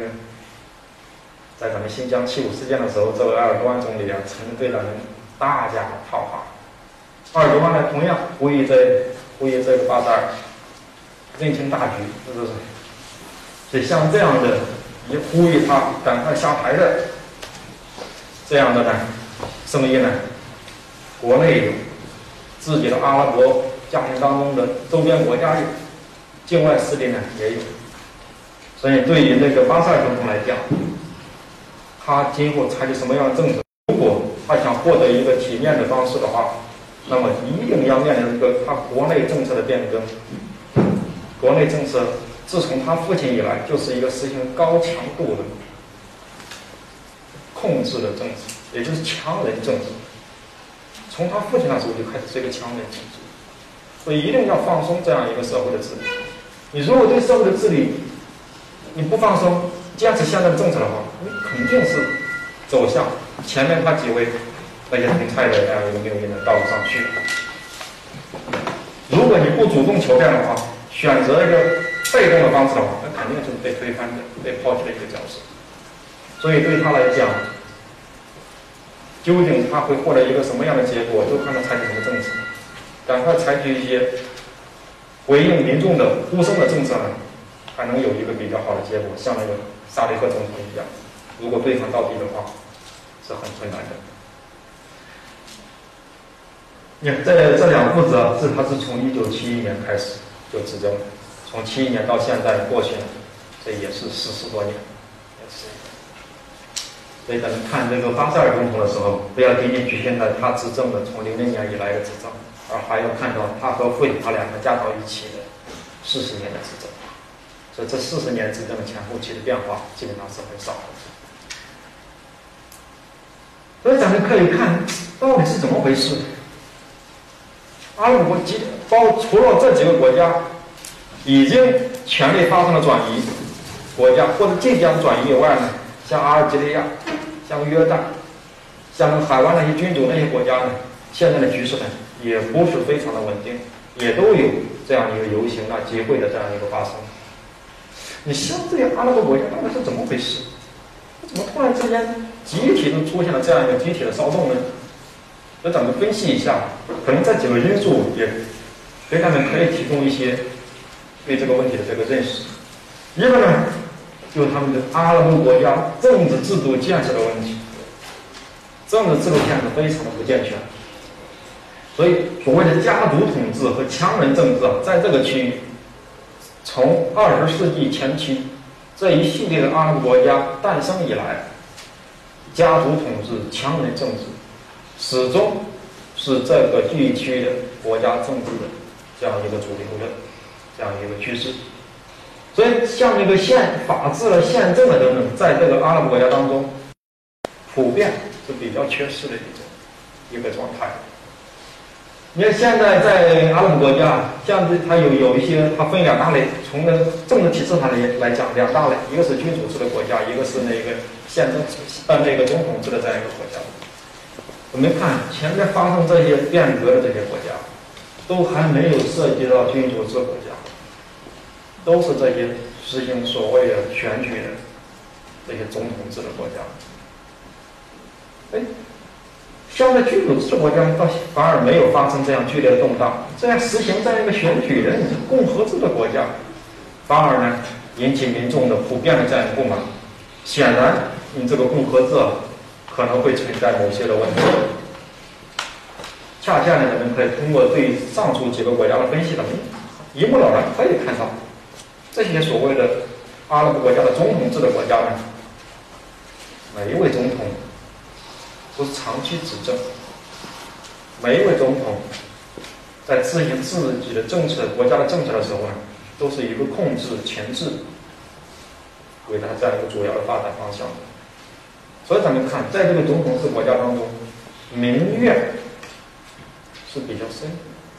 在咱们新疆75事件的时候，这位埃尔多安总理曾对咱们大加讨伐。埃尔多安呢，同样呼吁这个巴沙尔认清大局，是不是？所以像这样的也呼吁他赶快下台的这样的呢声音呢，国内有，自己的阿拉伯家庭当中的周边国家有，境外势力呢也有。所以对于那个巴沙尔总统来讲，他今后采取什么样的政策，如果他想获得一个体面的方式的话，那么一定要面临一个他国内政策的变更。国内政策自从他父亲以来，就是一个实行高强度的控制的政策，也就是强人政治。从他父亲那时候就开始是一个强人政治，所以一定要放松这样一个社会的治理。你如果对社会的治理你不放松，坚持现在的政策的话，你肯定是走向前面他几位那些同菜的这样一个命运的道路上去。如果你不主动求变的话，选择一个被动的方式的话，那肯定就是被推翻的、被抛弃的一个角色。所以对他来讲，究竟他会获得一个什么样的结果，就看他采取什么政策。赶快采取一些回应民众的呼声的政策呢，还能有一个比较好的结果。像那个沙利赫总统一样，如果对抗到底的话，是很困难的。你看这两父子啊，他是从1971年开始就执政，从71年到现在过去了，这也是40多年，也是。所以咱们看这个巴沙尔总统的时候，不要仅仅局限在他执政的从00年以来的执政， 还要看到他和父他两个加到一起的40年的执政，所以这40年执政的前后期的变化基本上是很少的。所以咱们可以看到底是怎么回事。阿拉伯除了这几个国家已经权力发生了转移，国家或者即将转移以外呢，像阿尔及利亚、像约旦、像海湾那些君主那些国家呢，现在的局势呢也不是非常的稳定，也都有这样一个游行集会的这样一个发生。你像这些阿拉伯国家到底是怎么回事？怎么突然之间集体都出现了这样一个集体的骚动呢？那咱们分析一下，可能这几个因素也给他们可以提供一些对这个问题的这个认识。一个呢，就是他们的阿拉伯国家政治制度建设的问题，政治制度建设非常的不健全，所以所谓的家族统治和强人政治在这个区域，从20世纪前期这一系列的阿拉伯国家诞生以来，家族统治、强人政治始终是这个地区的国家政治的这样一个主流的这样一个趋势。所以像一个法治了、宪政了等等，在这个阿拉伯国家当中，普遍是比较缺失的一个状态。你看现在在阿拉伯国家，像它有一些，它分两大类，从那政治体制上来讲，两大类，一个是君主制的国家，一个是那个宪政那个总统制的这样一个国家。我们看前面发生这些变革的这些国家，都还没有涉及到君主制国家，都是这些实行所谓的选举的这些总统制的国家。像在君主制国家倒反而没有发生这样剧烈的动荡，这样实行这样一个选举的共和制的国家，反而呢引起民众的普遍的这样一个不满。显然，你这个共和制可能会存在某些的问题。恰恰呢，咱们可以通过对上述几个国家的分析，咱们一目了然可以看到，这些所谓的阿拉伯国家的总统制的国家呢，每一位总统都是长期执政，每一位总统在执行自己的政策、国家的政策的时候呢，都是一个控制、钳制为他这样一个主要的发展方向。所以咱们看，在这个总统制国家当中，民怨是比较深，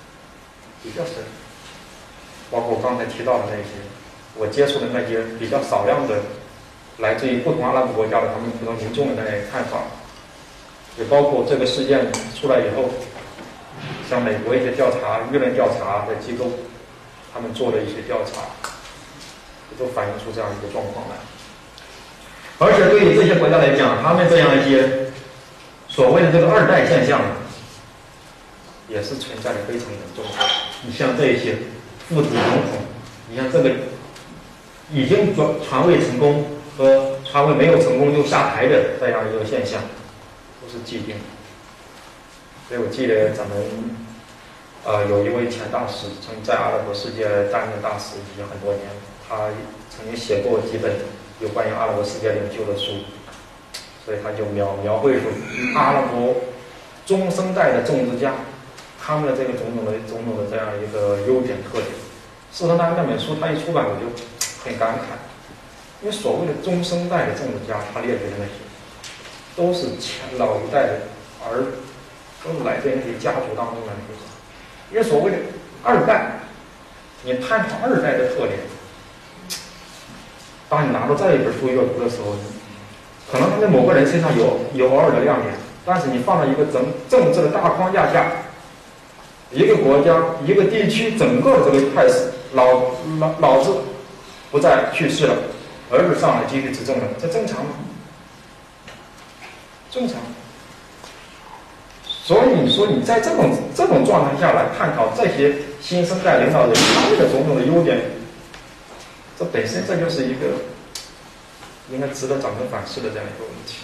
包括刚才提到的那些，我接触的那些比较少量的来自于不同阿拉伯国家的他们普通民众的那些看法，也包括这个事件出来以后，像美国一些调查、舆论调查的机构，他们做的一些调查，都反映出这样一个状况来。而且对于这些国家来讲，他们这样一些所谓的这个二代现象，也是存在的非常严重。你像这一些父子总统，你像这个已经传位成功和传位没有成功就下台的这样一个现象，都是既定。所以我记得咱们有一位前大使，曾在阿拉伯世界担任大使已经很多年，他曾经写过几本有关于阿拉伯世界领袖的书，所以他就描绘出阿拉伯中生代的政治家他们的这个种种的这样一个优点特点。事实上，那本书他一出版，我就很感慨，因为所谓的中生代的政治家，他列举的那些都是前老一代的都是来自于那些家族当中的那些。因为所谓的二代，你探讨二代的特点，当你拿到这一本书阅读的时候，可能他在某个人身上有偶尔的亮点，但是你放到一个政治的大框架下，一个国家、一个地区整个的这个态势，老子不再去世了，儿子上来继续执政了，这正常吗？正常。所以你说你在这种状态下来探讨这些新生代领导人他们的种种的优点，这本身这就是一个应该值得咱们反思的这样一个问题。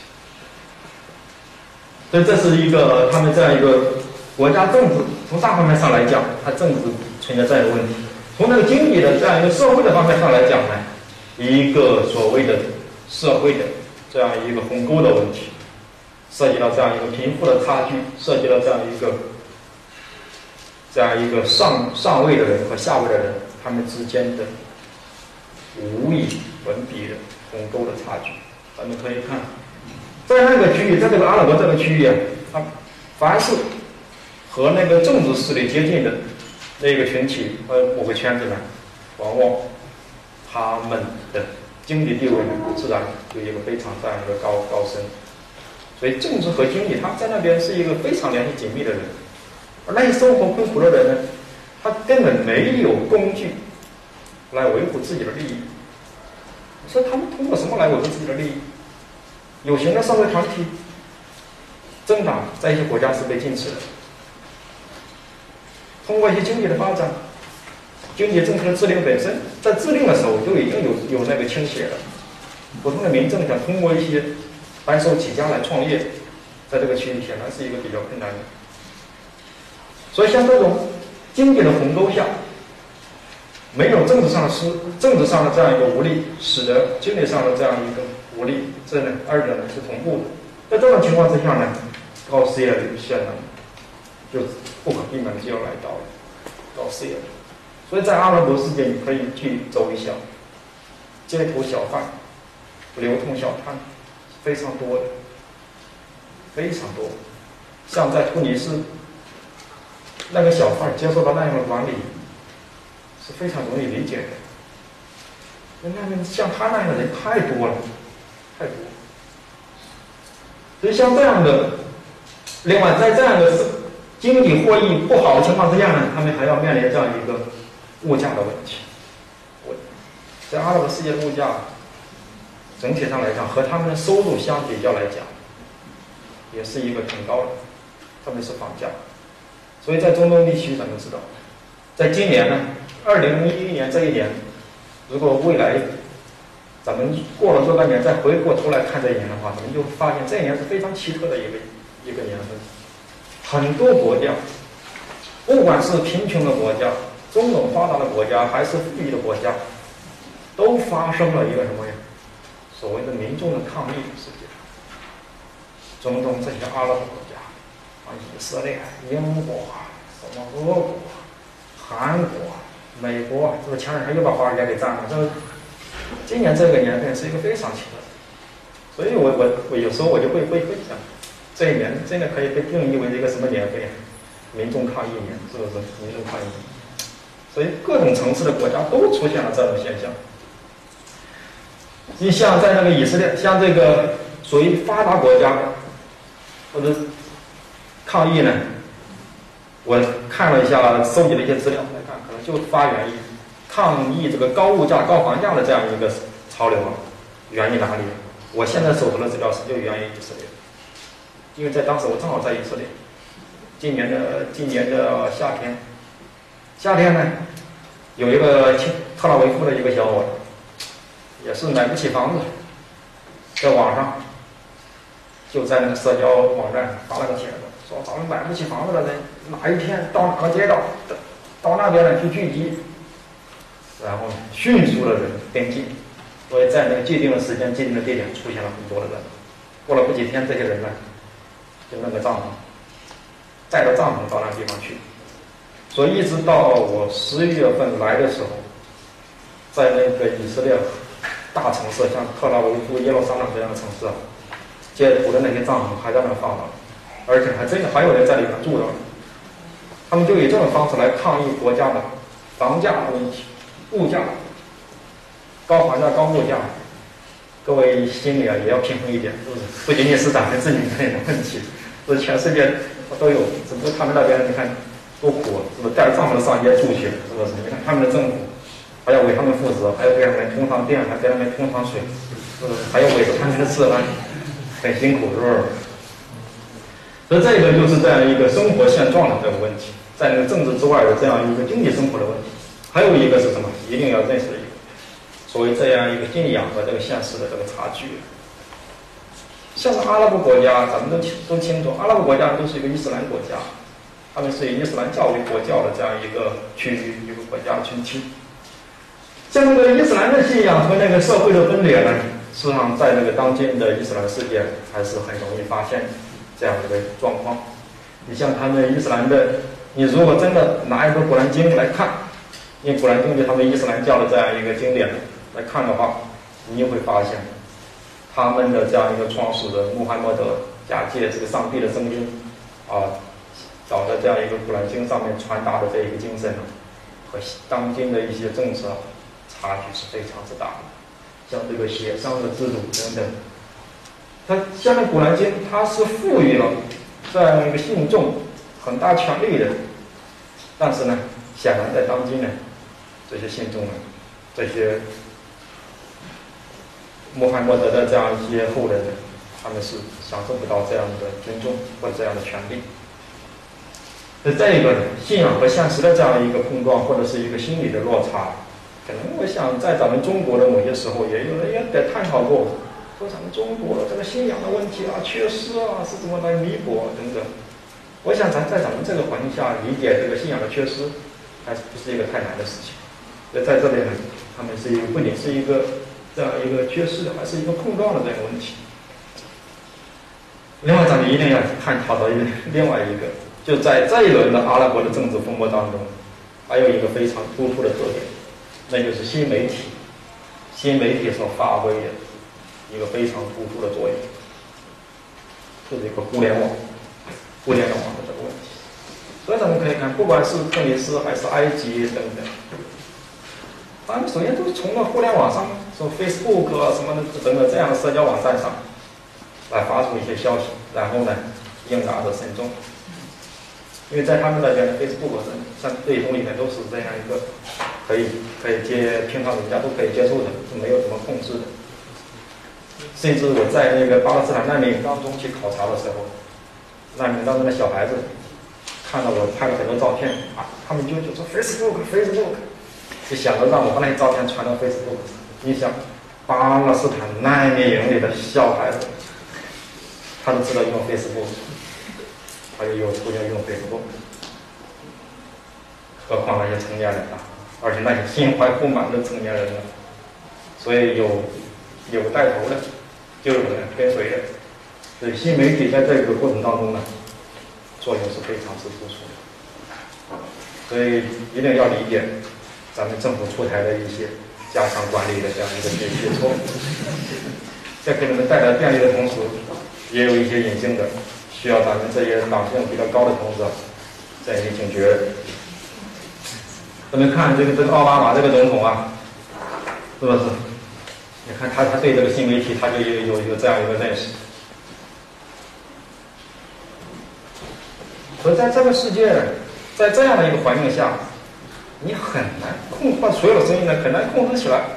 所以这是一个他们这样一个国家政治，从大方面上来讲，它政治存在这样一个问题；从那个经济的这样一个社会的方面上来讲呢，一个所谓的社会的这样一个鸿沟的问题。涉及到这样一个贫富的差距，涉及到这样一个这样一个上位的人和下位的人，他们之间的无以文笔的鸿沟的差距。咱们可以看，在那个区域，在这个阿拉伯这个区域啊，它凡是和那个政治势力接近的那个群体某个圈子呢，往往他们的经济地位呢，自然有一个非常这样一个高升。所以政治和经济，他在那边是一个非常联系紧密的人。而那些生活困苦的人呢，他根本没有工具来维护自己的利益。你说他们通过什么来维护自己的利益？有形的社会团体政党在一些国家是被禁止的，通过一些经济的发展，经济政策的制定本身，在制定的时候就已经有那个倾斜了。普通的民众想通过一些白手起家来创业，在这个区域显然是一个比较困难的。所以像这种经济的鸿沟下，没有政治上的这样一个无力，使得经济上的这样一个无力，这呢二者呢是同步的。在这种情况之下呢，高失业率显然就不可避免的就要来到了高失业率。所以在阿拉伯世界，你可以去走一下，街头小贩、流通小摊非常多的，非常多。像在突尼斯，那个小贩接受到那样的管理是非常容易理解的。那边像他那样的人太多了，太多。所以像这样的，另外在这样的经济获益不好的情况之下呢，他们还要面临这样一个物价的问题。在阿拉伯世界的物价整体上来讲，和他们的收入相比较来讲，也是一个挺高的，特别是房价。所以在中东地区，咱们知道，在今年呢，2011年这一年，如果未来咱们过了若干年再回过头来看这一年的话，咱们就发现这一年是非常奇特的一个年份。很多国家，不管是贫穷的国家、中等发达的国家，还是富裕的国家，都发生了一个什么呀？所谓的民众的抗议事件。中东这些阿拉伯国家，以色列、英国、什么俄国、韩国、美国，这个前两天又把华尔街给占了。今年这个年份是一个非常奇特的，所以我有时候我就会想，这一年真的可以被定义为一个什么年份？民众抗议年，是不是？民众抗议年。所以各种层次的国家都出现了这种现象。你像在那个以色列，像这个属于发达国家或者抗议呢，我看了一下，收集了一些资料来看，可能就发源于抗议这个高物价、高房价的这样一个潮流啊，源于哪里？我现在手头的资料就源于以色列，因为在当时我正好在以色列。今年的夏天呢，有一个特拉维夫的一个小伙，也是买不起房子，在网上就在那个社交网站发了个帖子，说咱们买不起房子的人哪一天到哪个街道，到那边呢去聚集，然后迅速的人跟进，所以在那个既定的时间、既定的地点出现了很多的人。过了不几天，这些人呢就那个帐篷，带着帐篷到那个地方去。所以一直到我11月份来的时候，在那个以色列大城市，像特拉维夫、耶路撒冷这样的城市啊，街头的那些帐篷还在那放着，而且还真的还有人在里面住着。他们就以这种方式来抗议国家的房价问题、物价、高房价、高物价。各位心里啊也要平衡一点，是不是？不仅仅是咱们自己那的问题，是全世界都有。只不过他们那边你看多苦，是不是？带着帐篷上街住去，是不是？你看他们的政府还要为他们负责，还要给他们通上电，还给他们通上水，是不是？还要维持他们的治安，很辛苦，是不是？所以这个就是这样一个生活现状的这个问题，在那个政治之外的这样一个经济生活的问题。还有一个是什么？一定要认识的一个所谓这样一个信仰和这个现实的这个差距。像是阿拉伯国家，咱们都清楚，阿拉伯国家都是一个伊斯兰国家，他们是以伊斯兰教为国教的这样一个区域、一个国家群体。像那个伊斯兰的信仰和那个社会的分裂呢，实际上在那个当今的伊斯兰世界还是很容易发现这样一个状况。你像他们伊斯兰的你如果真的拿一个古兰经来看，因为古兰经是他们伊斯兰教的这样一个经典来看的话，你会发现他们的这样一个创始人穆罕默德假借这个上帝的声音找的这样一个古兰经上面传达的这一个精神和当今的一些政策差距是非常之大的，像这个协商的制度等等。它下面古兰经它是赋予了这样一个信众很大权力的，但是呢，显然在当今呢，这些信众呢，这些穆罕默德的这样一些后人呢，他们是享受不到这样的尊重或者这样的权利。再一个呢，信仰和现实的这样一个碰撞，或者是一个心理的落差，可能我想在咱们中国的某些时候，也有人也得探讨过，说咱们中国这个信仰的问题缺失是怎么来弥补等等。我想在咱们这个环境下理解这个信仰的缺失，还是不是一个太难的事情。所以在这里呢，他们不仅是一个这样一个缺失的，还是一个碰撞的这个问题。另外，咱们一定要探讨到另外一个，就在这一轮的阿拉伯的政治风波当中，还有一个非常突出的特点，那就是新媒体所发挥的一个非常突出的作用，就是一个互联网的这个问题。所以咱们可以看，不管是突尼斯还是埃及等等，他们首先都是从了互联网上，说 Facebook 什么的等等这样的社交网站上来发出一些消息，然后呢应答着慎重。因为在他们那边的 Facebook 像对通里面都是这样一个可以平常人家都可以接触的，是没有什么控制的。甚至我在那个巴勒斯坦难民营当中去考察的时候，难民当中的小孩子看到我拍了很多照片他们就说 Facebook， 就想着让我把那些照片传到 Facebook。你想，巴勒斯坦难民营里的小孩子，他都知道用 Facebook， 他就有途径用 Facebook， 何况那些成年人而且那些心怀不满的成年人所以有带头的，就有人跟随的。所以新媒体在这个过程当中呢，作用是非常之突出的。所以一定要理解咱们政府出台的一些加强管理的这样一个举措，在给你们带来便利的同时，也有一些隐性的需要咱们这些党性比较高的同志在一警觉。咱们看这个奥巴马这个总统是不是？你看他对这个新媒体他就有这样一个认识。所以在这个世界，在这样的一个环境下，你很难把所有的声音很难控制起来。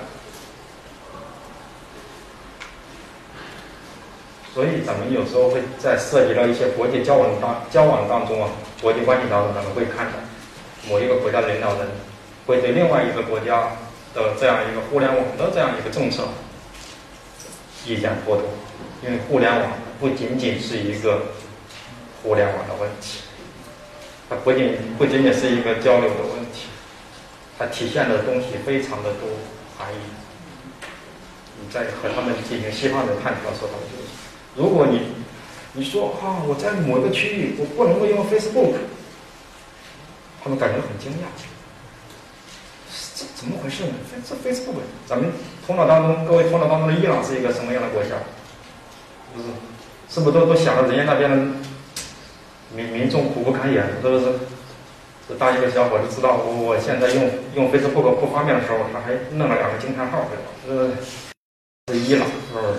所以咱们有时候会在涉及到一些国际交往当中国际关系当中，咱们会看到某一个国家的领导人会对另外一个国家的这样一个互联网的这样一个政策意见颇多，因为互联网不仅仅是一个互联网的问题，它不仅仅是一个交流的问题，它体现的东西非常的多含义。你在和他们进行西方人探讨的时候，他们就是，如果你说我在某个区域我不能够用 Facebook， 他们感觉很惊讶，这怎么回事呢？这 Facebook， 咱们各位头脑当中的伊朗是一个什么样的国家？是不是都想着人家那边的民众苦不堪言，是不是？这大一个小伙子知道我现在用 Facebook 不方便的时候，他还弄了2个惊叹号，对吧？是伊朗，是不是？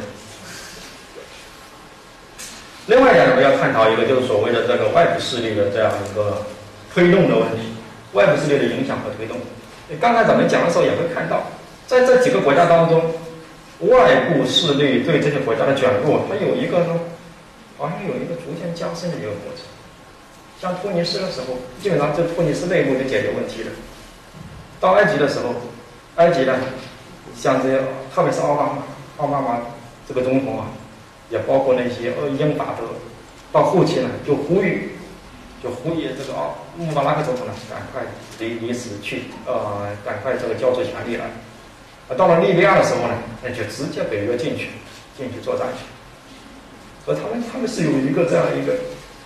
另外一点，我们要探讨一个就是所谓的这个外部势力的这样一个推动的问题，外部势力的影响和推动。刚才咱们讲的时候也会看到，在这几个国家当中，外部势力对这些国家的卷入，它有一个好像有一个逐渐加深的一个过程。像突尼斯的时候，基本上这突尼斯内部就解决问题了。到埃及的时候，埃及呢，像这些特别是奥巴马这个总统也包括那些英法德，到后期呢就呼吁这个穆巴拉克总统呢赶快离职赶快这个交出权力来。到了利比亚的时候呢，那就直接北约进去作战去。所以他们是有一个这样一个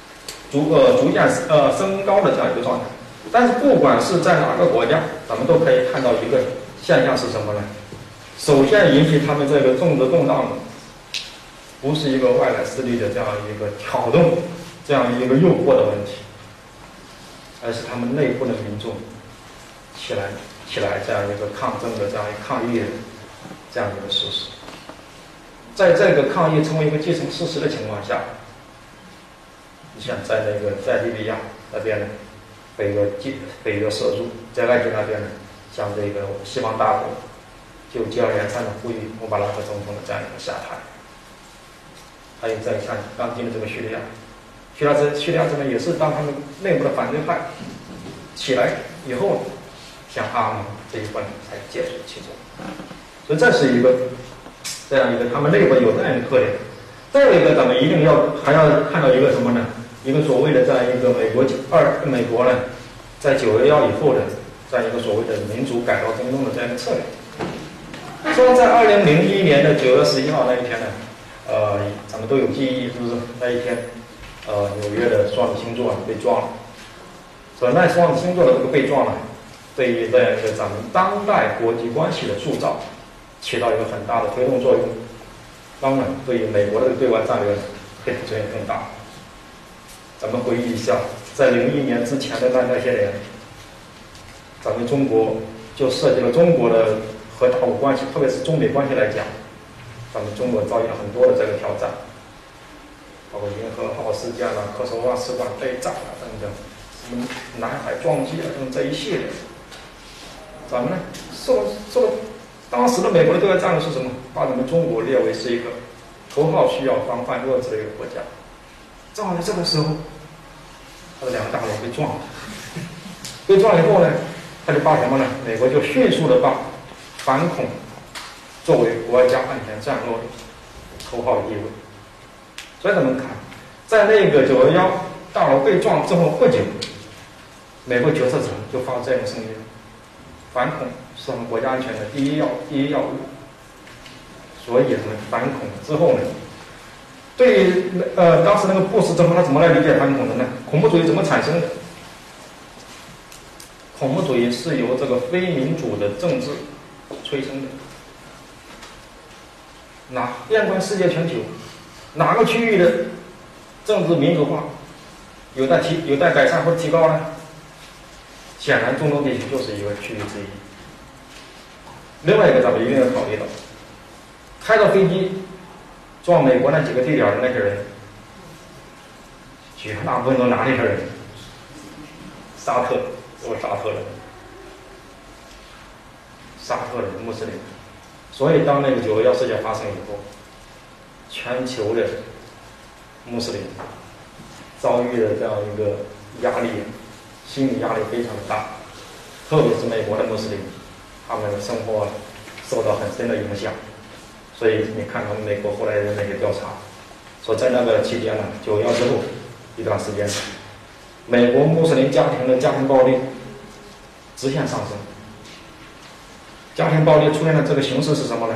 逐渐升高的这样一个状态。但是不管是在哪个国家，咱们都可以看到一个现象是什么呢？首先引起他们这个政治动荡的，不是一个外来势力的这样一个挑动、这样一个诱惑的问题，而是他们内部的民众起来这样一个抗争的这样一个抗议的这样一个事实。在这个抗议成为一个既成事实的情况下，你像在利比亚那边呢，北约涉入，在埃及那边呢，像这个西方大国就接二连三的呼吁穆巴拉克总统的这样一个下台。还有再看当今的这个叙利亚这边也是当他们内部的反对派起来以后，像阿盟这一关才介入其中。所以这是一个这样一个他们内部有这样一个特点。再有一个，咱们一定还要看到一个什么呢？一个所谓的这样一个美国呢，在911以后的这样一个所谓的民主改造中东的这样一个策略。说在2001年的9月11号那一天呢，咱们都有记忆，是不是？那一天，纽约的双子星座被撞了。所以那双子星座的这个被撞呢，对于这样一个咱们当代国际关系的塑造起到一个很大的推动作用。当然，对于美国的对外战略推动作用更大。咱们回忆一下，在01年之前的那些年，咱们中国就涉及了中国的和大陆关系，特别是中美关系来讲，咱们中国遭遇了很多的这个挑战，包括银河号事件科索沃使馆被炸等等，什么南海撞击等等这一系列，咱们呢受当时的美国的对外战略是什么？把咱们中国列为是一个头号需要防范弱智的一个国家。正好在这个时候，他的2个大楼被撞了，被撞以后呢，他就把什么呢？美国就迅速的把反恐作为国家安全战略的头号地位。所以咱们看，在那个911大楼被撞之后不久，美国决策层就发这样的声音：反恐是我们国家安全的第一要务。所以我们反恐之后呢，对于当时那个布什政府他怎么来理解反恐的呢？恐怖主义怎么产生的？恐怖主义是由这个非民主的政治催生的。纵观世界全球，哪个区域的政治民主化有待改善或者提高呢？显然，中东地区就是一个区域之一。另外一个，咱们一定要考虑到，开着飞机撞美国那几个地点的那些人，绝大部分都哪里的人？沙特人，穆斯林。所以，当那个911事件发生以后，全球的穆斯林遭遇了这样一个压力，心理压力非常的大，特别是美国的穆斯林，他们的生活受到很深的影响。所以你看，他们美国后来的那个调查，说在那个期间呢，911之后一段时间，美国穆斯林家庭的家庭暴力直线上升。家庭暴力出现的这个形式是什么呢？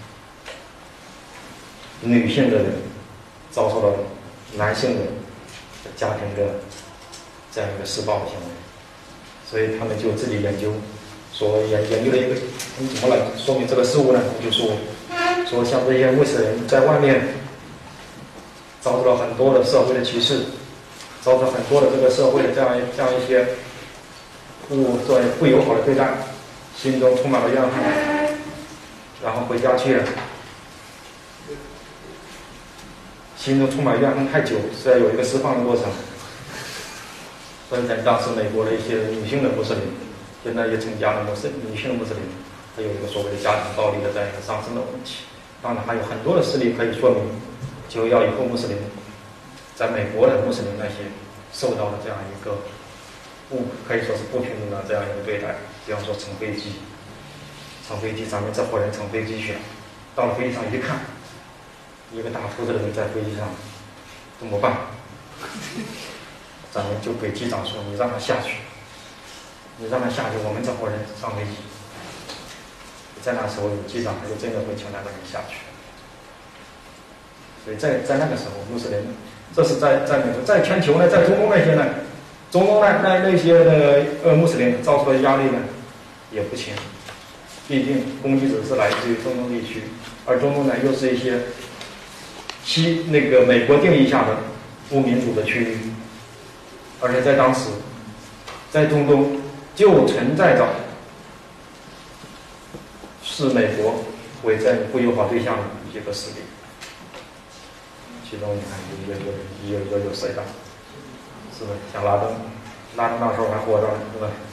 女性的人遭受了男性的家庭的这样一个施暴的行为，所以他们就自己研究，研究了一个怎么来说明这个事物呢？就说像这些穆斯林在外面遭受了很多的社会的歧视，遭受很多的这个社会的这样一些不友好的对待，心中充满了怨恨，然后回家去了，心中充满怨恨太久，是要有一个释放的过程。所以在当时美国的一些女性的穆斯林，现在也成家的女性的穆斯林，还有一个所谓的家庭暴力的这样一个上升的问题。当然还有很多的事例可以说明911以后穆斯林在美国的穆斯林那些受到的这样一个可以说是不平等的这样一个对待。比方说乘飞机，咱们这伙人乘飞机去了，到了飞机上一看，一个大秃子的人在飞机上，怎么办？咱们就给机长说：“你让他下去，我们这伙人上飞机。”在那时候，机长就真的会请那个人下去。所以在那个时候，穆斯林这是在美国，在全球呢，在中东那些呢，中东那些的穆斯林遭受的压力呢也不轻，毕竟攻击者是来自于中东地区，而中东呢又是一些美国定义下的不民主的区域，而且在当时，在中东就存在着视美国为战不友好对象的一个势力。其中你看有谁的，是不是？像拉登那时候还活着呢，是吧？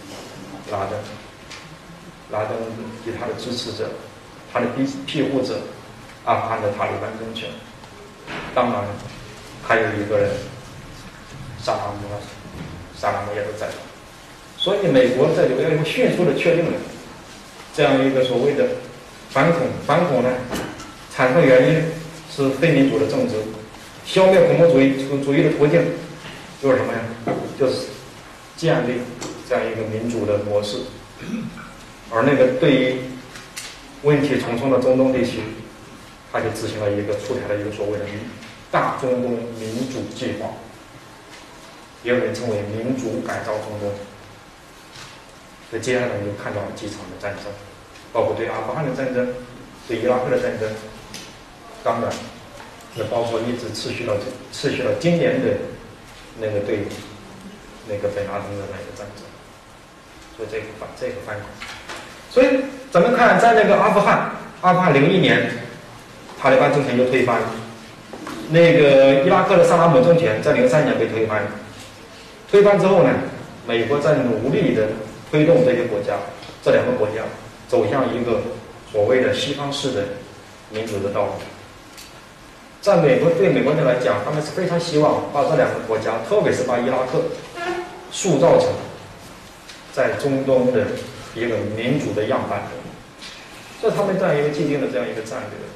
拉登及他的支持者，他的庇护者，阿富汗的塔利班政权。当然，还有一个人，萨达姆也都在。所以美国在这个要迅速的确定了这样一个所谓的反恐呢，产生原因是非民主的政治。消灭恐怖主义的途径就是什么呀？就是建立这样一个民主的模式。而那个对于问题重重的中东地区，他就执行了出台了一个所谓的大中东民主计划，也有人称为民主改造中东。所以接下来我们就看到了几场的战争，包括对阿富汗的战争，对伊拉克的战争，当然也包括一直持续到今年的对本拉登的那个战争。所以这个反恐。所以咱们看，在阿富汗01年，塔利班政权就推翻了。伊拉克的萨达姆政权在03年被推翻。推翻之后呢，美国在努力的推动这两个国家走向一个所谓的西方式的民主的道路。对美国人来讲，他们是非常希望把这两个国家，特别是把伊拉克塑造成在中东的一个民主的样板，这是他们这样一个既定的这样一个战略。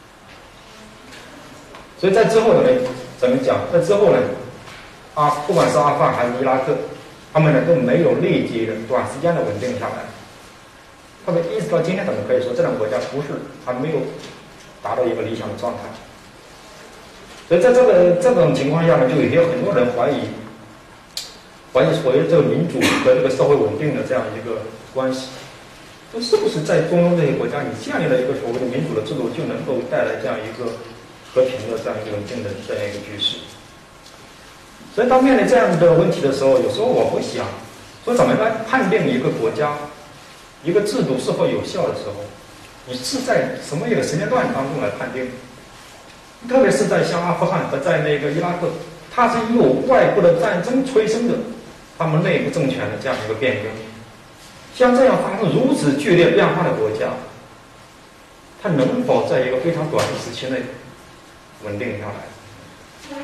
所以在之后呢，怎么讲？在之后呢，不管是阿富汗还是伊拉克，他们呢都没有立即的短时间的稳定下来。特别一直到今天，咱们可以说这两个国家还没有达到一个理想的状态。所以在这种情况下呢，就有很多人怀疑所谓这个民主和这个社会稳定的这样一个关系，就是不是在中东这些国家，你建立了一个所谓的民主的制度，就能够带来这样一个和平的这样一个稳定的这样一个局势。所以当面对这样的问题的时候，有时候我会想，说怎么来判定一个国家、一个制度是否有效的时候，你是在什么一个时间段当中来判定？特别是在像阿富汗和在伊拉克，它是由外部的战争催生的他们内部政权的这样一个变更。像这样发生如此剧烈变化的国家，它能否在一个非常短的时期内稳定下来？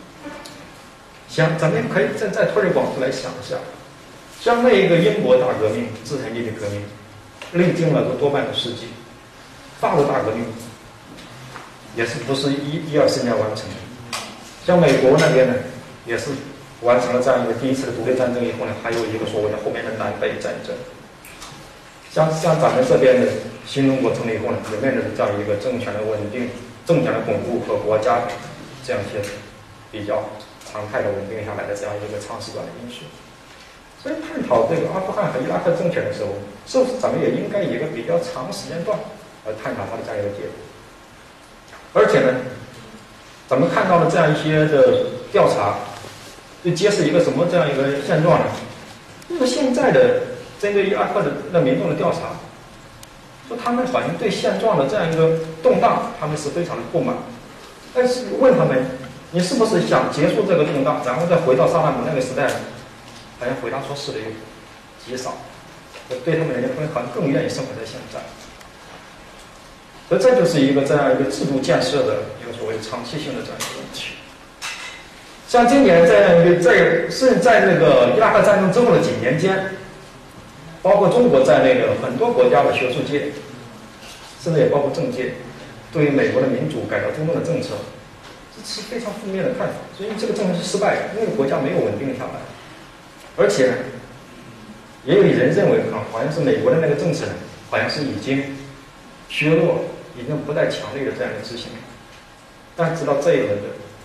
咱们可以再推着广度来想一下，像英国大革命、资产阶级革命，历经了多半个世纪；法国大革命也是不是1、2、4年完成的。像美国那边呢，也是完成了这样一个第一次的独立战争以后呢，还有一个所谓的后面的南北战争。像咱们这边的新中国成立以后呢，也面临着这样一个政权的稳定、政权的巩固和国家这样一些比较常态的稳定下来的这样一个长时段的因素。所以探讨这个阿富汗和伊拉克政权的时候，是不是咱们也应该以一个比较长时间段来探讨它的这样一个结果？而且呢，咱们看到了这样一些的调查，就揭示一个什么这样一个现状呢？就是现在的针对伊拉克的民众的调查，说他们好像对现状的这样一个动荡，他们是非常的不满。但是问他们，你是不是想结束这个动荡，然后再回到萨达姆那个时代呢？好像回答说是的极少。对他们来讲，他们好像更愿意生活在现在。所以这就是这样一个制度建设的一个所谓长期性的这样一个问题。像今年甚至在伊拉克战争之后的几年间，包括中国在内的很多国家的学术界，甚至也包括政界，对于美国的民主改造中东的政策，这是非常负面的看法。所以这个政策是失败的，因为国家没有稳定下来，而且也有人认为好像是美国的那个政策好像是已经削弱，已经不再强烈的这样的执行。但直到这一轮的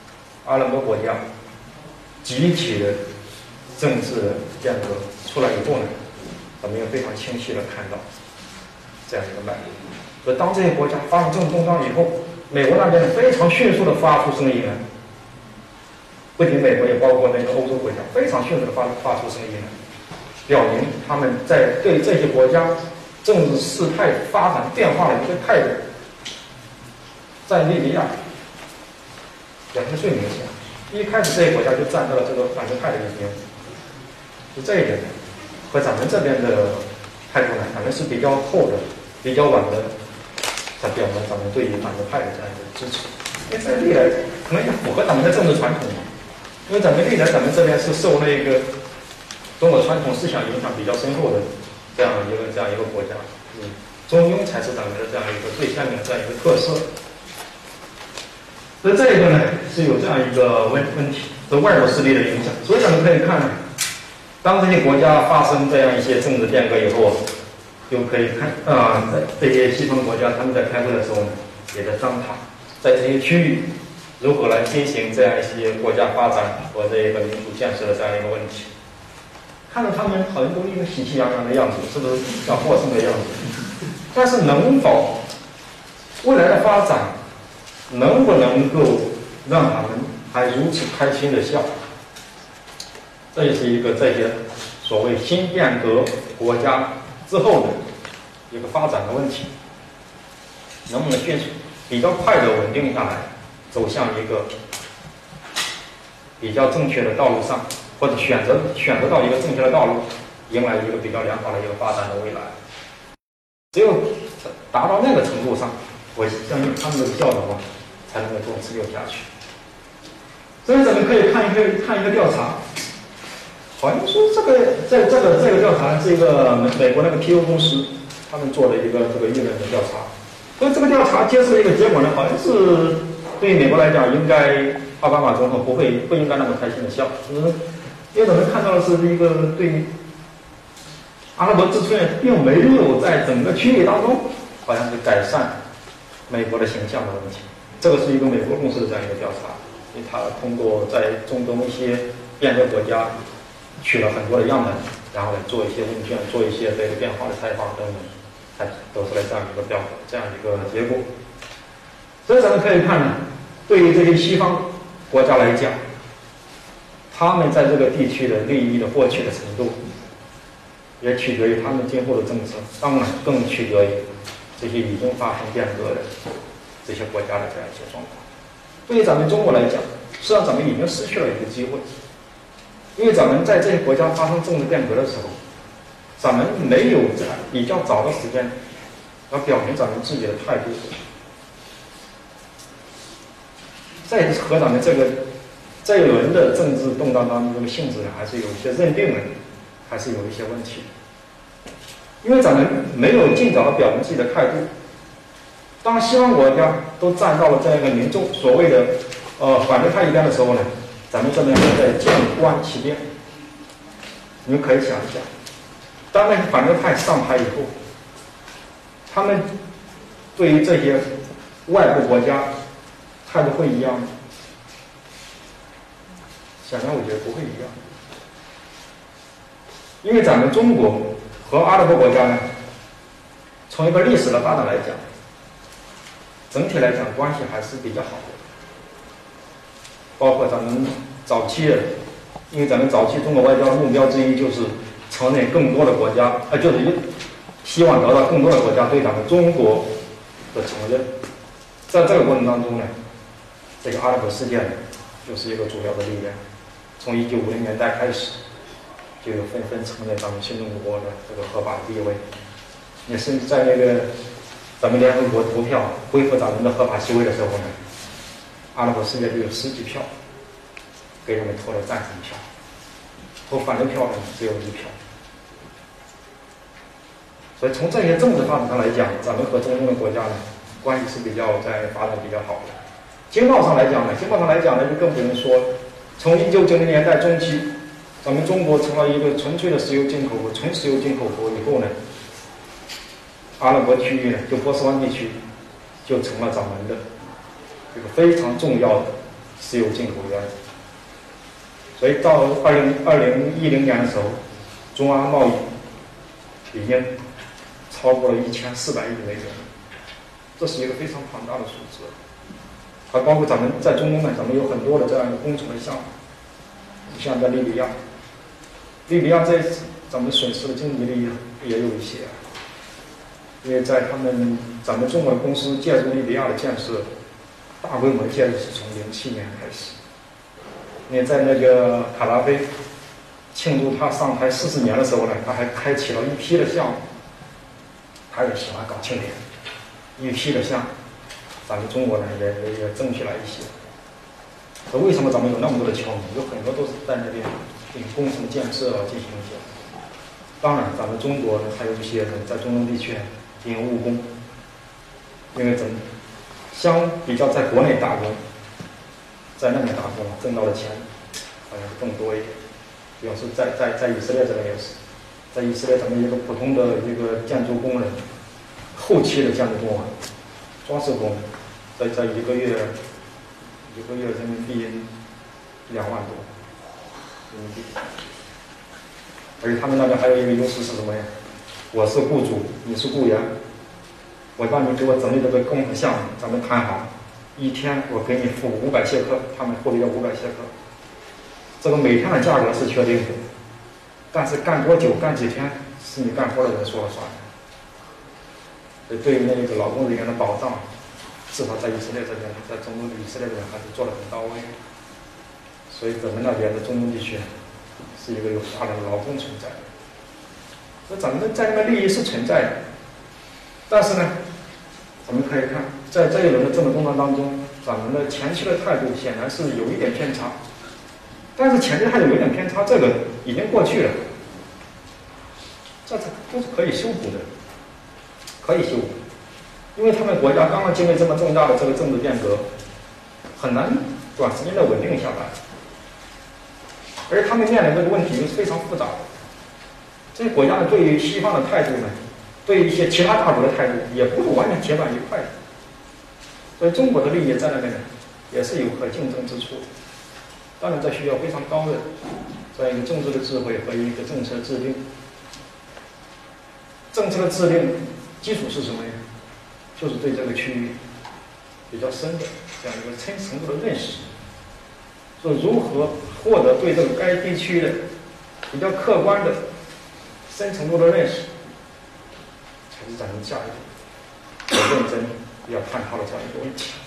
阿拉伯国家集体的政治变革出来以后呢，咱们也非常清晰的看到这样一个脉络。所以当这些国家发生政治动荡以后，美国那边非常迅速的发出声音来，不仅美国，也包括那个欧洲国家，非常迅速的发出声音来，表明他们在对这些国家政治事态发展变化的一个态度。在利比亚表现最明显，一开始这些国家就站在了这个反对派的一边，就这一点呢，和咱们这边的态度呢，咱们是比较厚的、比较稳的，才表明咱们对于反对派的这样一个支持。因为这历来可能也符合咱们的政治传统嘛，因为咱们历来咱们这边是受那个中国传统思想影响比较深厚的这样一个国家，中庸才是咱们的这样一个最鲜明的这样一个特色。所以这一个呢是有这样一个问题，是外国势力的影响。所以咱们可以看，当这些国家发生这样一些政治变革以后，就可以看这些西方国家他们在开会的时候呢，也在商讨在这些区域如何来进行这样一些国家发展和这个民主建设的这样一个问题。看到他们好像都一个喜气洋洋的样子，是不是要获胜的样子？但是能否未来的发展？能不能够让他们还如此开心的笑？这也是一个这些所谓新变革国家之后的一个发展的问题，能不能迅速比较快的稳定下来，走向一个比较正确的道路上，或者选择到一个正确的道路，迎来一个比较良好的一个发展的未来。只有达到那个程度上，我相信他们的效果才能够持久下去。所以咱们可以看一个调查，好像说这个调查是一个美国那个 PO 公司他们做的一个议论的调查。所以这个调查揭示的一个结果呢，好像是对于美国来讲，应该奥巴马总统不应该那么开心的笑，因为咱们看到的是一个对于阿拉伯之春并没有在整个区域当中好像是改善美国的形象的问题。这个是一个美国公司的这样一个调查，因为他通过在中东一些变革国家取了很多的样本，然后来做一些问卷，做一些这个变化的采访等等，才得出来这样一个标准，这样一个结果。所以咱们可以看呢，对于这些西方国家来讲，他们在这个地区的利益的获取的程度，也取决于他们今后的政策，当然更取决于这些已经发生变革的这些国家的这样一些状况。对于咱们中国来讲，实际上咱们已经失去了一个机会，因为咱们在这些国家发生政治变革的时候，咱们没有在比较早的时间要表明咱们自己的态度，在和咱们这一轮的政治动荡当中的性质呢，还是有一些认定的，还是有一些问题。因为咱们没有尽早的表明自己的态度，当西方国家都站到了这样一个民众所谓的反对派一边的时候呢，咱们这边还在静观其变。你们可以想一想，当那些反对派上台以后，他们对于这些外部国家态度会一样吗？想想我觉得不会一样，因为咱们中国和阿拉伯国家呢，从一个历史的发展来讲，整体来讲关系还是比较好的。包括咱们早期的，因为咱们早期中国外交的目标之一就是承认更多的国家，就是希望得到更多的国家对咱们中国的承认。在这个过程当中呢，这个阿拉伯事件呢，就是一个主要的力量。从1950年代开始，就有纷纷承认咱们新中国的这个合法的地位。也甚至在那个咱们联合国投票恢复咱们的合法地位的时候呢，阿拉伯世界就有10几票给他们投了赞成票，投反对票呢只有1票。所以从这些政治发展上来讲，咱们和中东的国家呢关系是比较在发展比较好的。经贸上来讲呢，就更不用说，从1990年代中期，咱们中国成了一个纯粹的石油进口国、纯石油进口国以后呢，阿拉伯区域呢，就波斯湾地区就成了咱们的这个非常重要的石油进口源。所以到2010年的时候，中阿贸易已经超过了1400亿美元，这是一个非常庞大的数字。还包括咱们在中东呢，咱们有很多的这样一个工程的项目，像在利比亚，这咱们损失的经济利益也有一些，因为在咱们中国的公司介入利比亚的建设，大规模的建设是从07年开始。因为在那个卡达菲庆祝他上台40年的时候呢，他还开启了一批的项目，他也喜欢搞庆典，一批的项目，咱们中国呢也争取了一些。可为什么咱们有那么多的侨民？有很多都是在那边对工程建设进行一些。当然，咱们中国呢还有一些人在中东地区进行务工，因为相比较在国内打工，在那边打工挣到的钱好像更多一点。比方说在以色列这边也是，在以色列咱们一个普通的一个建筑工人，后期的建筑工人、装饰工，在一个月人民币2万多人民币。而且他们那边还有一个优势是什么呀？我是雇主，你是雇员，我让你给我整理这个工程项目，咱们谈好，一天我给你付500谢克，他们付了要500谢克。这个每天的价格是确定的，但是干多久、干几天是你干活的人说了算。所以对于那个劳动人员的保障，至少在以色列这边，在中东的以色列这边还是做得很到位。所以咱们那边的中东地区是一个有大量的劳工存在的，所以咱们在那边利益是存在的。但是呢，咱们可以看在这一轮的政治动荡当中，咱们的前期的态度显然是有一点偏差。但是前期态度有点偏差，这个已经过去了，这都是可以修补的，可以修补。因为他们国家刚刚经历这么重大的这个政治变革，很难短时间的稳定下来，而他们面临这个问题又是非常复杂的。这些国家呢，对于西方的态度呢，对于一些其他大国的态度，也不是完全铁板一块的。所以中国的利益在那边呢，也是有可竞争之处的。当然，这需要非常高的这样一个政治的智慧和一个政策制定。政策的制定基础是什么呀？就是对这个区域比较深的这样一个程度的认识，说如何获得对这个该地区的比较客观的深程度的认识，才是咱们下一步认真要探讨的这样一个问题。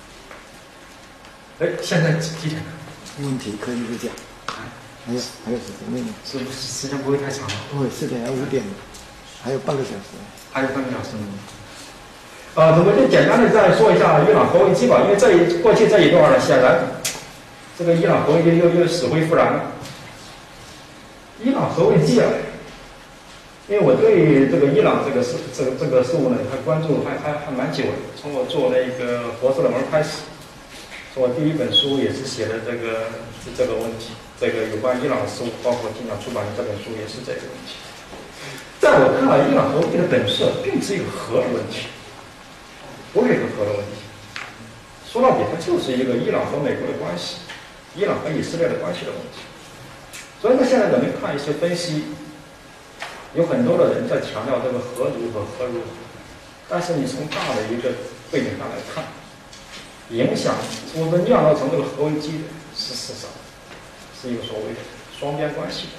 现在几点了？ 问题可以不讲，还有时间， 是不是时间不会太长了？ 不会，4点要5点，还有半个小时。 还有半个小时。我们就简单的再说一下伊朗核危机吧，因为过去这一段呢，显然这个伊朗核危机又死灰复燃了。伊朗核危机啊，因为我对这个伊朗这个事物呢，还关注还蛮久的，从我做那个博士论文开始。我第一本书也是写的这个问题，这个有关伊朗的事物，包括今年出版的这本书也是这个问题。在我看来，伊朗核危机的本质并不是一个核的问题，不是一个核的问题。说到底，它就是一个伊朗和美国的关系，伊朗和以色列的关系的问题。所以呢，现在咱们看一些分析，有很多的人在强调这个核如何核如何，但是你从大的一个背景上来看，影响我们酿造成这个核危机的是事实上是一个所谓的双边关系。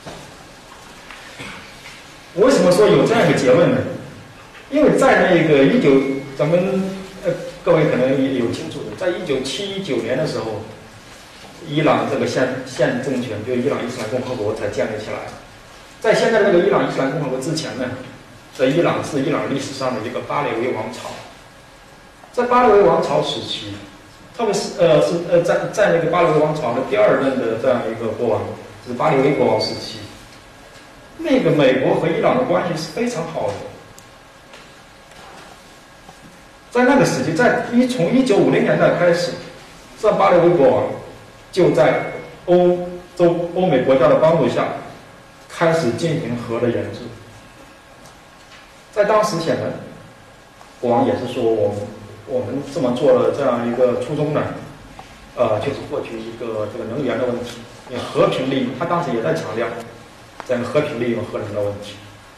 为什么说有这样一个结论呢？因为在那个咱们各位可能也有清楚的，在1979年的时候，伊朗这个现政权就伊朗伊斯兰共和国才建立起来。在现在这个伊朗伊斯兰共和国之前呢，在伊朗是伊朗历史上的一个巴列维王朝。在巴列维王朝时期，特别是在那个巴列维王朝的第二任的这样一个国王，就是巴列维国王时期，那个美国和伊朗的关系是非常好的。在那个时期，从1950年代开始，这巴列维国王就在欧美国家的帮助下，开始进行核的研制。在当时显然，国王也是说我们这么做的这样一个初衷呢， 就是获取一个这个能源的问题，因为和平利用，他当时也在强调这样和平利用核能的问题。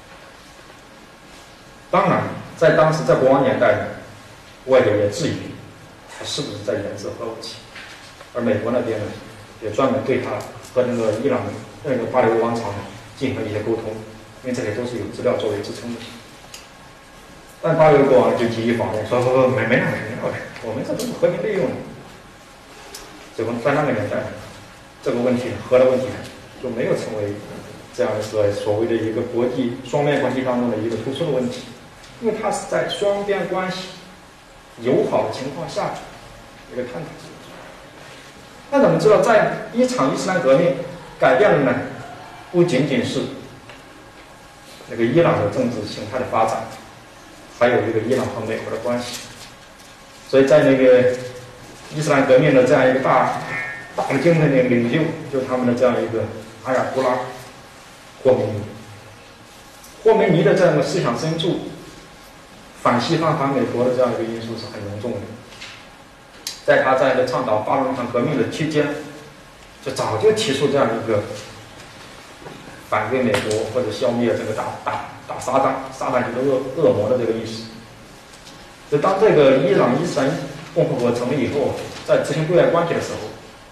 当然，在当时在国王年代呢，外界也质疑他是不是在研制核武器，而美国那边呢，也专门对他和那个伊朗那个巴列维王朝呢进行了一些沟通，因为这些都是有资料作为支撑的。但巴列维国王就极力否认，说没那回事，我们这都是和平利用的。结果在那个年代，这个问题核的问题就没有成为这样一个所谓的一个国际双边关系当中的一个突出的问题，因为它是在双边关系友好的情况下一个探讨。那我们知道，在一场伊斯兰革命改变了呢，不仅仅是那个伊朗的政治形态的发展，还有一个伊朗和美国的关系。所以在那个伊斯兰革命的这样一个大的精神的领袖，就他们的这样一个阿亚图拉霍梅尼。霍梅尼的这样的思想深处，反西方、反美国的这样一个因素是很浓重的。在他在倡导巴勒斯坦革命的期间，就早就提出这样一个反对美国或者消灭这个打撒旦这个恶魔的这个意识。就当这个伊朗伊斯兰共和国成立以后，在执行对外关系的时候，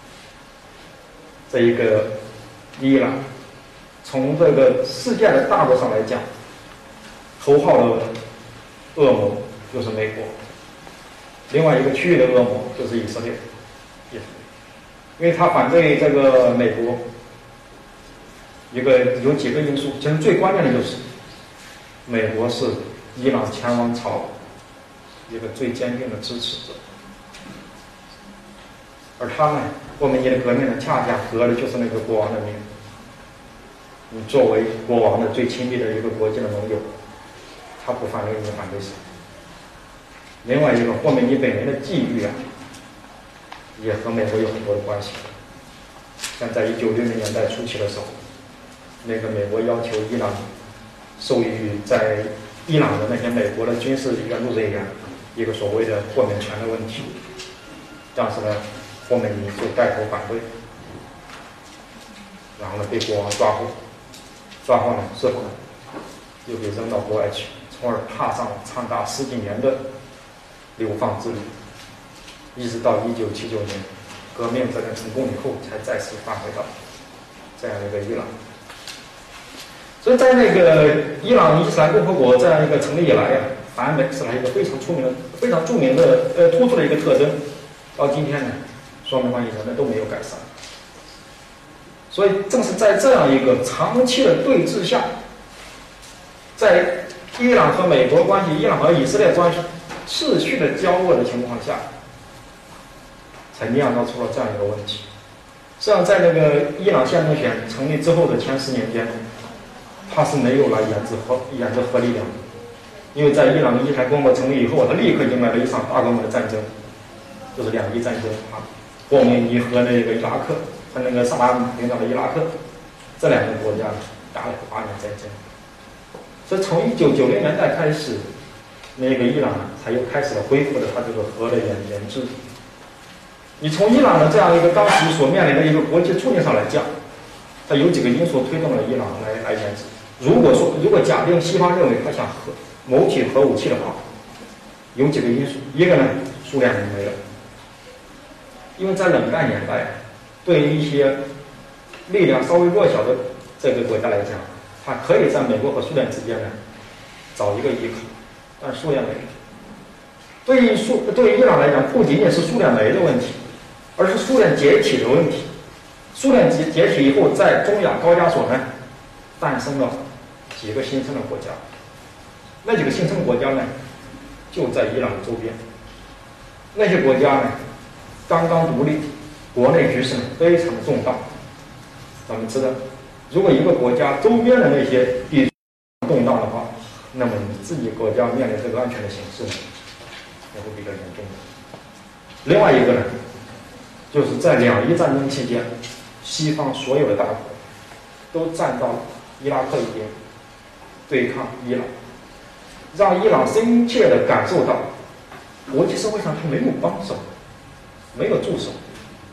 这一个伊朗从这个世界的大国上来讲，头号的恶魔就是美国，另外一个区域的恶魔就是以色列，因为他反对这个美国，有几个因素，其实最关键的就是美国是伊朗前王朝一个最坚定的支持者，而他们霍梅尼的革命呢，恰恰革的就是那个国王的命。你作为国王的最亲密的一个国际的盟友，他不反对你，反对谁？另外一个，霍梅尼本人的际遇啊，也和美国有很多的关系。像在1960年代初期的时候，那个美国要求伊朗授予在伊朗的那些美国的军事援助人员一个所谓的豁免权的问题，当时呢，霍梅尼就带头反对，然后呢被国王抓获呢之后呢，又被扔到国外去，从而踏上长达10几年的流放之旅，一直到1979年革命这个成功以后，才再次返回到这样一个伊朗。所以在那个伊朗伊斯兰共和国这样一个成立以来呀，反美是一个非常著名的突出的一个特征。到今天呢，双边关系仍然都没有改善。所以正是在这样一个长期的对峙下，在伊朗和美国关系、伊朗和以色列关系持续的交恶的情况下，才酿造出了这样一个问题。实际上，在那个伊朗现政权成立之后的前10年间，他是没有来研制核力量的，因为在伊朗伊斯兰共和国成立以后，他立刻迎来了一场大规模的战争，就是2伊战争啊，霍梅尼和那个伊拉克和那个萨达姆领导的伊拉克这2个国家打了8年战争。所以从1990年代开始，那个伊朗才又开始了恢复了他这个核的研制。你从伊朗的这样一个当时所面临的一个国际处境上来讲，它有几个因素推动了伊朗来研制。如果假定西方认为他想谋取核武器的话，有几个因素。一个呢，数量没了，因为在冷战年代，对于一些力量稍微弱小的这个国家来讲，它可以在美国和苏联之间呢找一个依靠，但数量没了。对于伊朗来讲，不仅仅是数量没的问题，而是苏联解体的问题。苏联解体以后，在中亚高加索呢诞生了几个新生的国家，那几个新生国家呢就在伊朗的周边。那些国家呢刚刚独立，国内局势呢非常动荡。咱们知道，如果一个国家周边的那些地区动荡的话，那么你自己国家面临这个安全的形势呢也会比较严重的。另外一个呢，就是在2伊战争期间，西方所有的大国都站到伊拉克一边，对抗伊朗，让伊朗深切地感受到国际社会上他没有帮手，没有助手，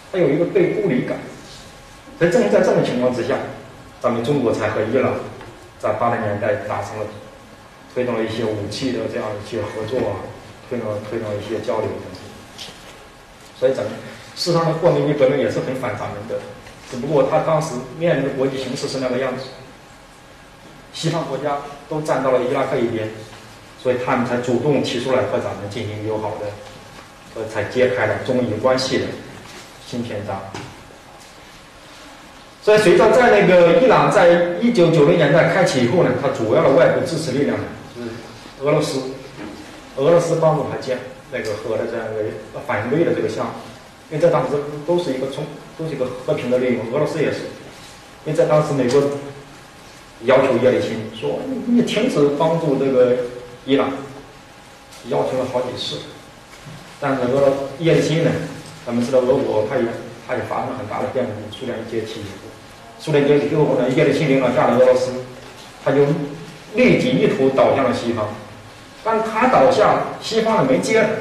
他有一个被孤立感。所以正在这种情况之下，咱们中国才和伊朗在80年代达成了推动了一些武器的这样一些合作啊，推动一些交流等等。所以咱们事实上的霍梅尼革命也是很反咱们的，只不过他当时面临的国际形势是那个样子，西方国家都站到了伊拉克一边，所以他们才主动提出来和咱们进行友好的，所以才揭开了中伊关系的新篇章。所以随着在那个伊朗在1990年代开启以后呢，它主要的外部支持力量呢就是俄罗斯帮助他建那个核的这样一个反应堆的这个项目，因为在当时都是一个和平的利用，俄罗斯也是，因为在当时美国要求叶利钦说你停止帮助这个伊朗，要求了好几次，但是叶利钦呢，咱们知道俄国他也发生了很大的变故，苏联解体以后。苏联解体之后呢，叶利钦领导下的俄罗斯，他就立即意图倒向了西方，但他倒下，西方呢没接了，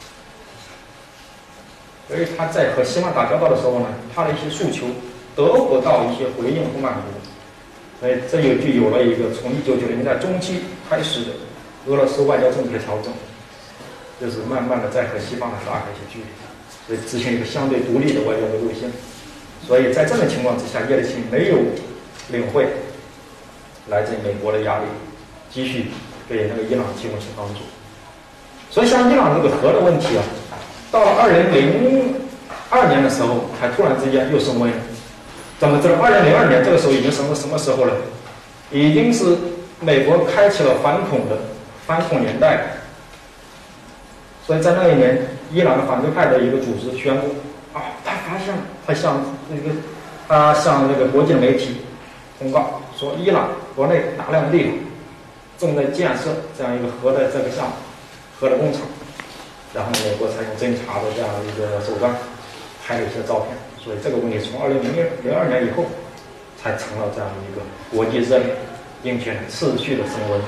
所以他在和西方打交道的时候呢，他的一些诉求得不到一些回应和满足，所以这就有了一个从1990年代中期开始的俄罗斯外交政策的调整，就是慢慢的在和西方拉开一些距离，所以执行一个相对独立的外交的路线。所以在这种情况之下，叶利钦没有领会来自美国的压力，继续给那个伊朗提供一些帮助。所以像伊朗这个核的问题啊，到了2002年的时候，才突然之间又升温了。咱们知道2002年这个时候已经什么时候了？已经是美国开启了反恐年代。所以在那一年，伊朗的反对派的一个组织宣布他向那个国际的媒体公告说，伊朗国内大量的地方正在建设这样一个核的这个项目，核的工厂。然后美国采用侦察的这样一个手段拍了一些照片，所以这个问题从2002年以后才成了这样一个国际热点，并且持续的升温。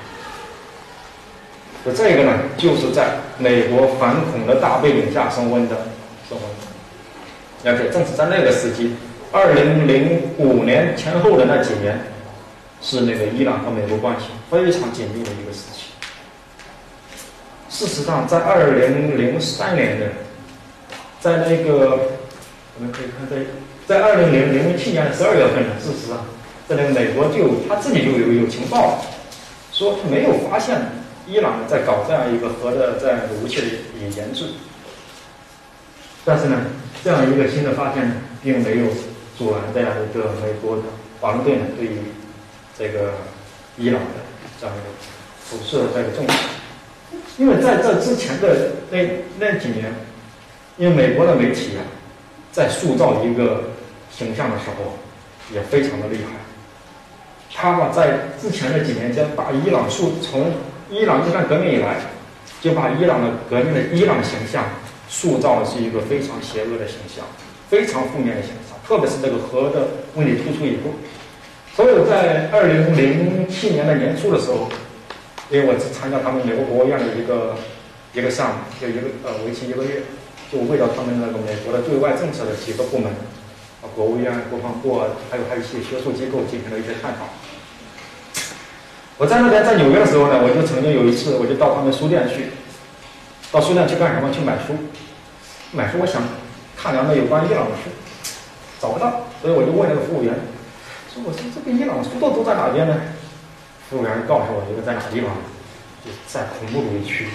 这个呢，就是在美国反恐的大背景下升温。而且正是在那个时期，2005年前后的那几年，是那个伊朗和美国关系非常紧密的一个时期。事实上，在2003年的，在那个我们可以看在2007年12月份呢，事实上，在那个美国他自己就有情报，说没有发现伊朗在搞这样一个核的这样一个武器的研制。但是呢，这样一个新的发现呢，并没有阻拦这样一个美国的华盛顿对于这个伊朗的这样一个普世的这个重视。因为在这之前的那几年，因为美国的媒体啊，在塑造一个形象的时候，也非常的厉害。他在之前的几年间，把伊朗从伊朗革命以来，就把伊朗的形象塑造的是一个非常邪恶的形象，非常负面的形象，特别是这个核的问题突出以后。所以在2007年的年初的时候，因为我是参加他们美国国务院的一个项目，就为期1个月，就为了他们那个美国的对外政策的几个部门，国务院、国防部还有一些学术机构进行了一些探讨。我在那边在纽约的时候呢，我就曾经有一次，我就到他们书店去。到书店去干什么？去买书。我想看两本有关伊朗的书，找不到，所以我就问那个服务员，说这个伊朗的书都在哪边呢？服务员告诉我一个在哪地方，就在恐怖主义区，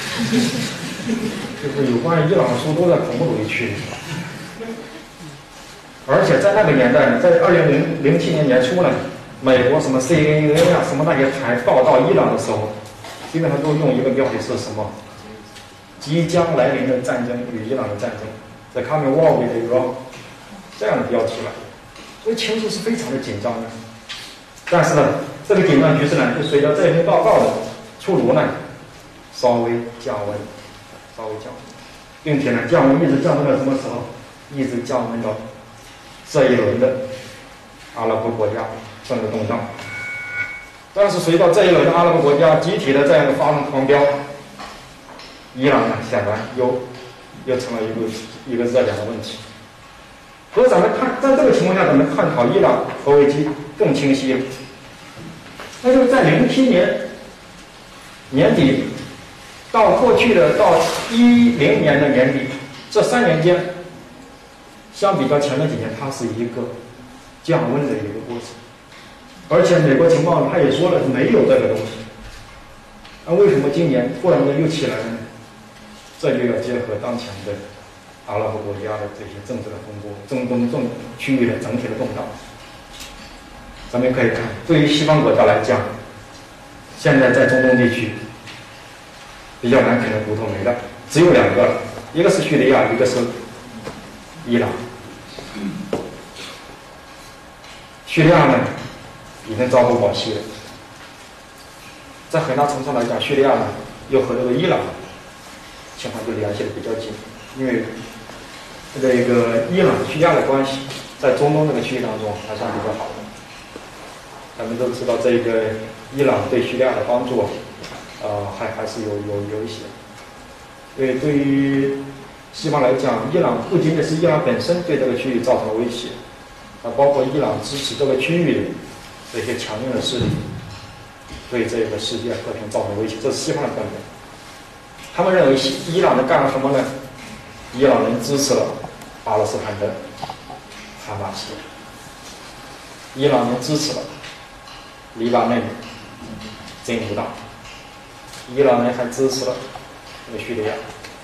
就是有关于伊朗的书都在恐怖主义区。而且在那个年代呢，在2007年年初呢，美国什么 CNN 啊什么那些台报道伊朗的时候，基本上都用一个标题是什么？即将来临的战争与伊朗的战争 ，The Coming War with Iran， 这样的标题了，所以情势是非常的紧张的。但是呢，这个紧张局势呢，就随着这篇报告的出炉呢，稍微降温，并且呢，降温一直降温到什么时候？一直降温到这一轮的阿拉伯国家政治动荡。但是随着这一轮的阿拉伯国家集体的这样的发动狂飙，伊朗呢，显然又成了一个热点的问题。 所以咱们看，在这个情况下，咱们探讨伊朗核危机更清晰。那就是在07年年底到过去的到10年的年底，这3年间，相比较前面几年，它是一个降温的一个过程。而且美国情报他也说了，没有这个东西。那为什么今年突然间又起来了呢？这就要结合当前的阿拉伯国家的这些政治的风波，中东区域的整体的动荡。咱们可以看，对于西方国家来讲，现在在中东地区比较难啃的骨头没了，只有2个了，一个是叙利亚，一个是伊朗。叙利亚呢，已经朝不保夕了。在很大程度上来讲，叙利亚呢又和这个伊朗情况就联系的比较紧，因为这个伊朗叙利亚的关系在中东这个区域当中还算比较好的。咱们都知道，这个伊朗对叙利亚的帮助，还是有一些。所以对于西方来讲，伊朗不仅仅是伊朗本身对这个区域造成了威胁，包括伊朗支持这个区域的这些强硬的势力，对这个世界和平造成威胁，这是西方的观点。他们认为伊朗人干了什么呢？伊朗人支持了巴勒斯坦的哈马斯，伊朗人支持了黎巴嫩真主党，伊朗人还支持了这个叙利亚。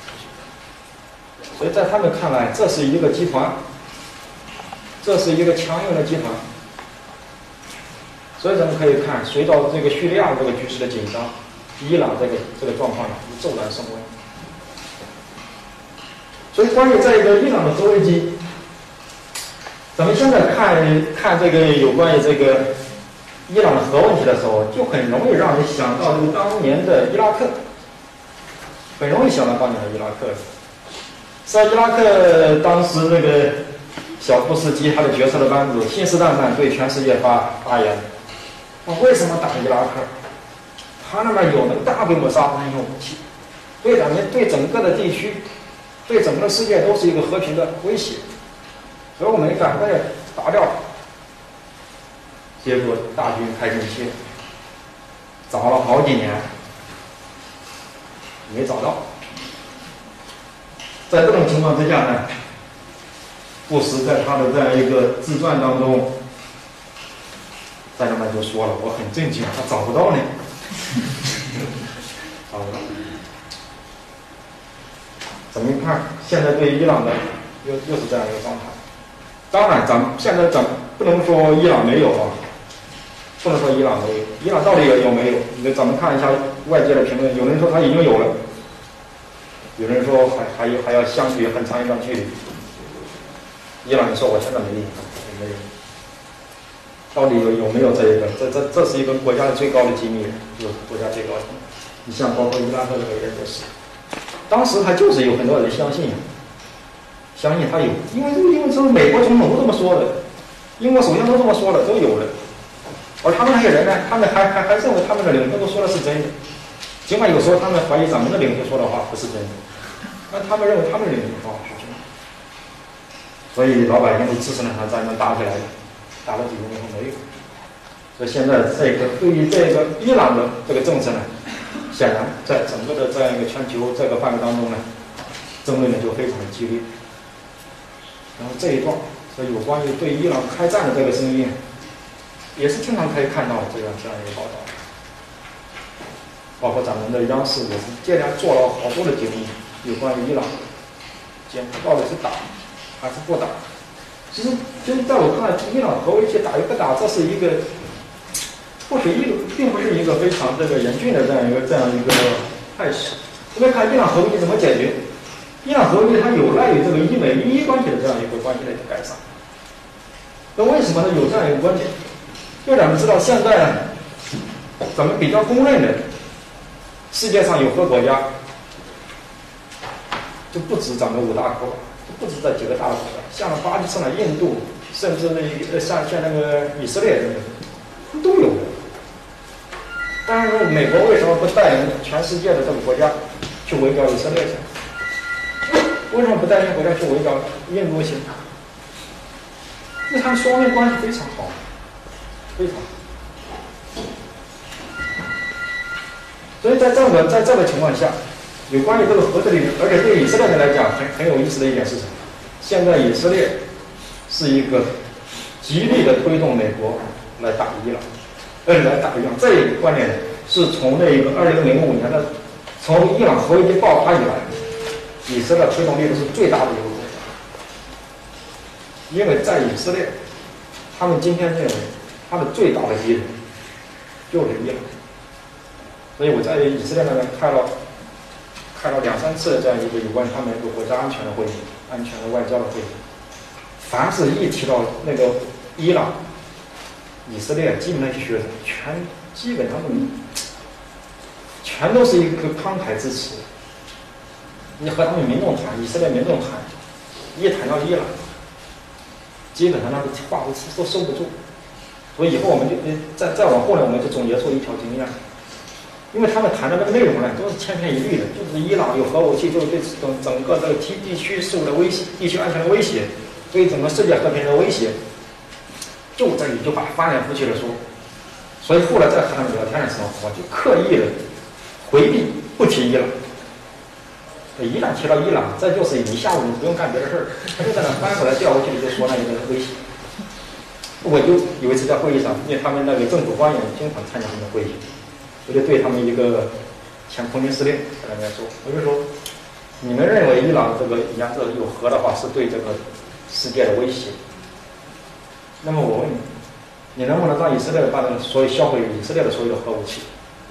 所以在他们看来，这是一个集团，这是一个强硬的集团。所以咱们可以看，随着这个叙利亚这个局势的紧张，伊朗这个状况呢骤然升温。所以关于这个伊朗的核危机，咱们现在看这个有关于这个伊朗的核问题的时候，就很容易让人想到这个当年的伊拉克，很容易想到当年的伊拉克。在伊拉克当时那个小布什基他的决策的班子信誓旦旦对全世界发言，为什么打伊拉克？他那边有那个大规模杀伤性武器，对咱们对整个的地区，对整个世界都是一个和平的威胁，所以我们赶快打掉。结果大军开进去，找了好几年，没找到。在这种情况之下呢，布什在他的这样一个自传当中，在那边就说了，我很震惊，他找不到呢，找不到。咱们看现在对伊朗的又是这样一个状态。当然，现在不能说伊朗没有啊，不能说伊朗没有，伊朗到底有没有？咱们看一下外界的评论，有人说他已经有了，有人说还要相距很长一段距离。伊朗人说我现在没有。到底有没有这一个？这是一个国家的最高的机密，就是国家最高的。你像包括伊拉克这个也是，当时他就是有很多人相信他有，因为这美国总统都这么说的，英国首相都这么说了，都有了。而他们那些人呢，他们还认为他们的领袖都说的是真的，尽管有时候他们怀疑咱们的领袖说的话不是真的，但他们认为他们的领袖说的是真的。所以老百姓都支持他战争打起来了，打了几年以后没有。所以现在对于这个伊朗的这个政策呢，显然在整个的这样一个全球这个范围当中呢，争论呢就非常的激烈。然后这一段所以有关于对伊朗开战的这个声音，也是经常可以看到这样一个报道，包括咱们的央视也是接连做了好多的节目，有关于伊朗到底是打还是不打。其实在我看来，伊朗核威胁打与不打，这是一个并不是一个非常这个严峻的这样一个态势。我们看伊朗核威胁怎么解决？伊朗核威胁它有赖于这个伊美利益关系的这样一个关系的改善。那为什么呢？有这样一个关键？因为咱们知道，现在咱们比较公认的世界上有核国家，就不止咱们5大国，就不止这几个大的国家，像巴基斯坦、印度，甚至像那个以色列等等，都有的。当然，美国为什么不带领全世界的这个国家去围剿以色列去？为什么不带领国家去围剿印度行？ 那他们双边关系非常好，非常好。所以在这个情况下，有关于这个核的理论，而且对以色列人来讲很有意思的一点是什么？现在以色列是一个极力的推动美国来打伊朗，来打伊朗。这一个观念是从那个2005年的从伊朗核危机爆发以来，以色列推动力度是最大的一个国家。因为在以色列，他们今天认为他的最大的敌人就是伊朗。所以我在以色列那边开了2、3次这样一个有关他们一个国家安全的会议、安全的外交的会议。凡是一提到那个伊朗、以色列，基本上学者基本上全都是一个慷慨支持。你和他们民众谈，以色列民众谈，一谈到伊朗，基本上那个话都收不住。所以以后我们就再往后呢，我们就总结出一条经验。因为他们谈的那个内容呢，都是千篇一律的，就是伊朗有核武器，就是对整个这个地区事务的威胁、地区安全的威胁，对整个世界和平的威胁，就把它翻来覆去的说。所以后来在和他们聊天的时候，我就刻意的回避不提伊朗。一旦提到伊朗，这就是你下午你不用干别的事儿，他就在那翻过来调过去的，就说那个威胁。我就有一次在会议上，因为他们那个政府官员经常参加他们的会议。我就对他们一个前空军司令在那边说，我就说，你们认为伊朗这个要是有核的话，是对这个世界的威胁。那么我问你，你能不能让以色列把那个所有销毁以色列的所有的核武器？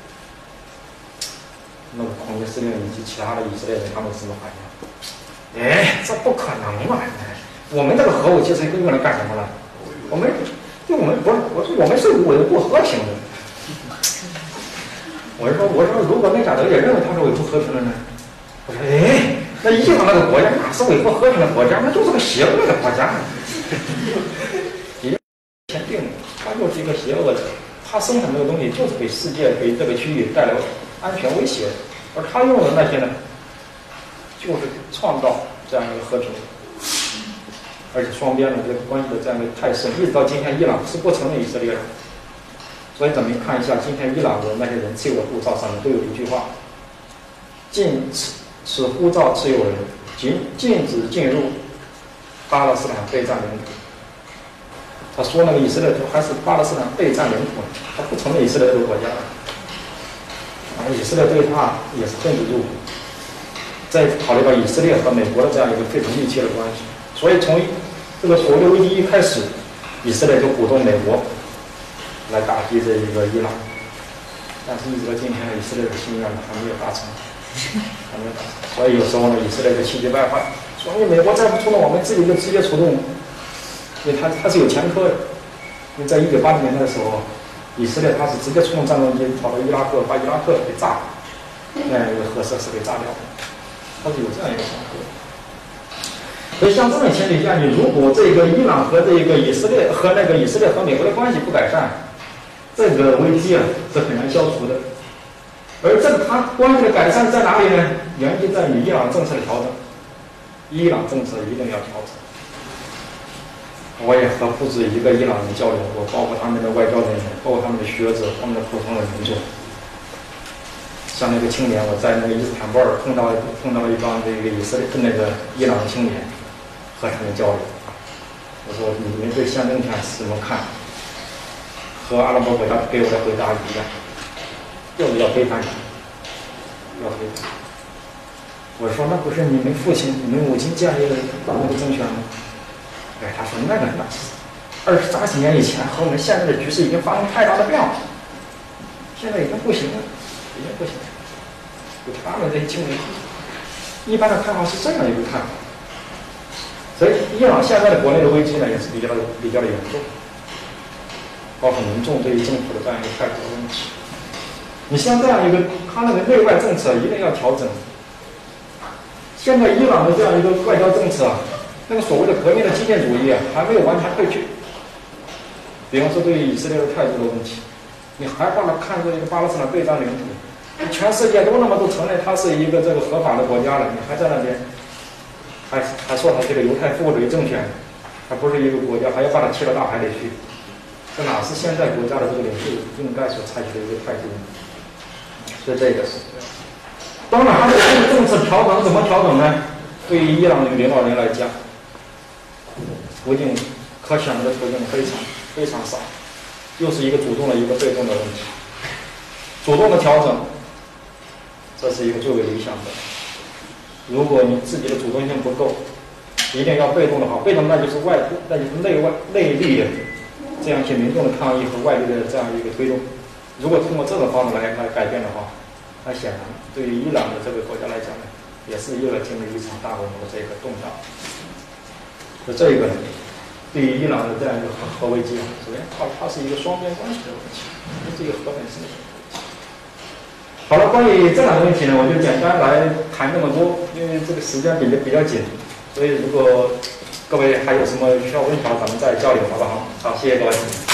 那个空军司令以及其他的以色列人，他们什么反应？哎，这不可能嘛！我们这个核武器是用来干什么呢？我们不是，我说我们是维护和平的。我说，如果内贾德也认为他是维护和平的呢？我说，哎，那伊朗那个国家哪是维护和平的国家，那就是个邪恶的国家。也前定，他就是一个邪恶的，他生产这个东西就是给世界、给这个区域带来安全威胁，而他用的那些呢，就是创造这样一个和平，而且双边的这个关系的这样一个态势，一直到今天，伊朗是不承认以色列的。所以咱们看一下今天伊朗的那些人持有的护照上面都有一句话：禁此护照持有人禁止进入巴勒斯坦被占领土。他说那个以色列还是巴勒斯坦被占领土，他不承认以色列这个国家。然后以色列对他也是政治入股。再考虑到以色列和美国的这样一个非常密切的关系，所以从这个所谓的危机一开始，以色列就鼓动美国来打击这一个伊朗，但是一直到今天，以色列的心愿还没有达成，所以有时候呢，以色列就气急败坏，说你美国再不出动，我们自己就直接出动，因为他是有前科的。因为在1980年代的时候，以色列他是直接出动战斗机跑到伊拉克，把伊拉克给炸了，那样一个核设施给炸掉了，他是有这样一个前科。所以像这种前提下，你如果这个伊朗和这个以色列和美国的关系不改善，这个危机啊是很难消除的。而这个它关系的改善在哪里呢？原因在于伊朗政策的调整，伊朗政策一定要调整。我也和不止一个伊朗人交流过，包括他们的外交人员，包括他们的学者，他们的普通的民众。像那个青年，我在那个伊斯坦布尔碰到了一帮这个伊朗的青年，和他们交流。我说你们对宪政权怎么看？和阿拉伯国家给我的回答一样，就是要推翻你，要推翻。我说那不是你们父亲、你们母亲建立的那个政权吗？哎，他说那是20-30年以前和我们现在的局势已经发生太大的变化，现在已经不行了，已经不行了。就他们这些青年，一般的看法是这样一个看法。所以伊朗现在的国内的危机呢，也是比较的严重，包括民众对于政府的这样一个态度的问题。你像这样一个，他那个内外政策一定要调整。现在伊朗的这样一个外交政策，那个所谓的革命的激进主义啊，还没有完全退去。比方说对于以色列的态度的问题，你还把它看作一个巴勒斯坦被占领土，全世界都承认它是一个这个合法的国家了，你还在那边，还说它这个犹太复国主义政权， 还不是一个国家，还要把它踢到大海里去，这哪是现在国家的这个领袖应该所采取的一个态度呢？所以这个是。当然，它的这个政策调整怎么调整呢？对于伊朗的领导人来讲，途径可选择的途径非常少，又是一个主动的一个被动的问题。主动的调整，这是一个最为理想的。如果你自己的主动性不够，一定要被动的话，被动那就是内力的这样一些民众的抗议和外力的这样一个推动。如果通过这种方式来改变的话，那显然对于伊朗的这个国家来讲呢，也是又要经历一场大规模的这个动荡。这个呢，对于伊朗的这样一个核危机啊，首先它是一个双边关系的问题，不是一个核本身的问题。好了，关于这两个问题呢，我就简单来谈这么多，因为这个时间比较紧，所以如果各位还有什么需要问的话，咱们再交流，好不好？好，谢谢各位。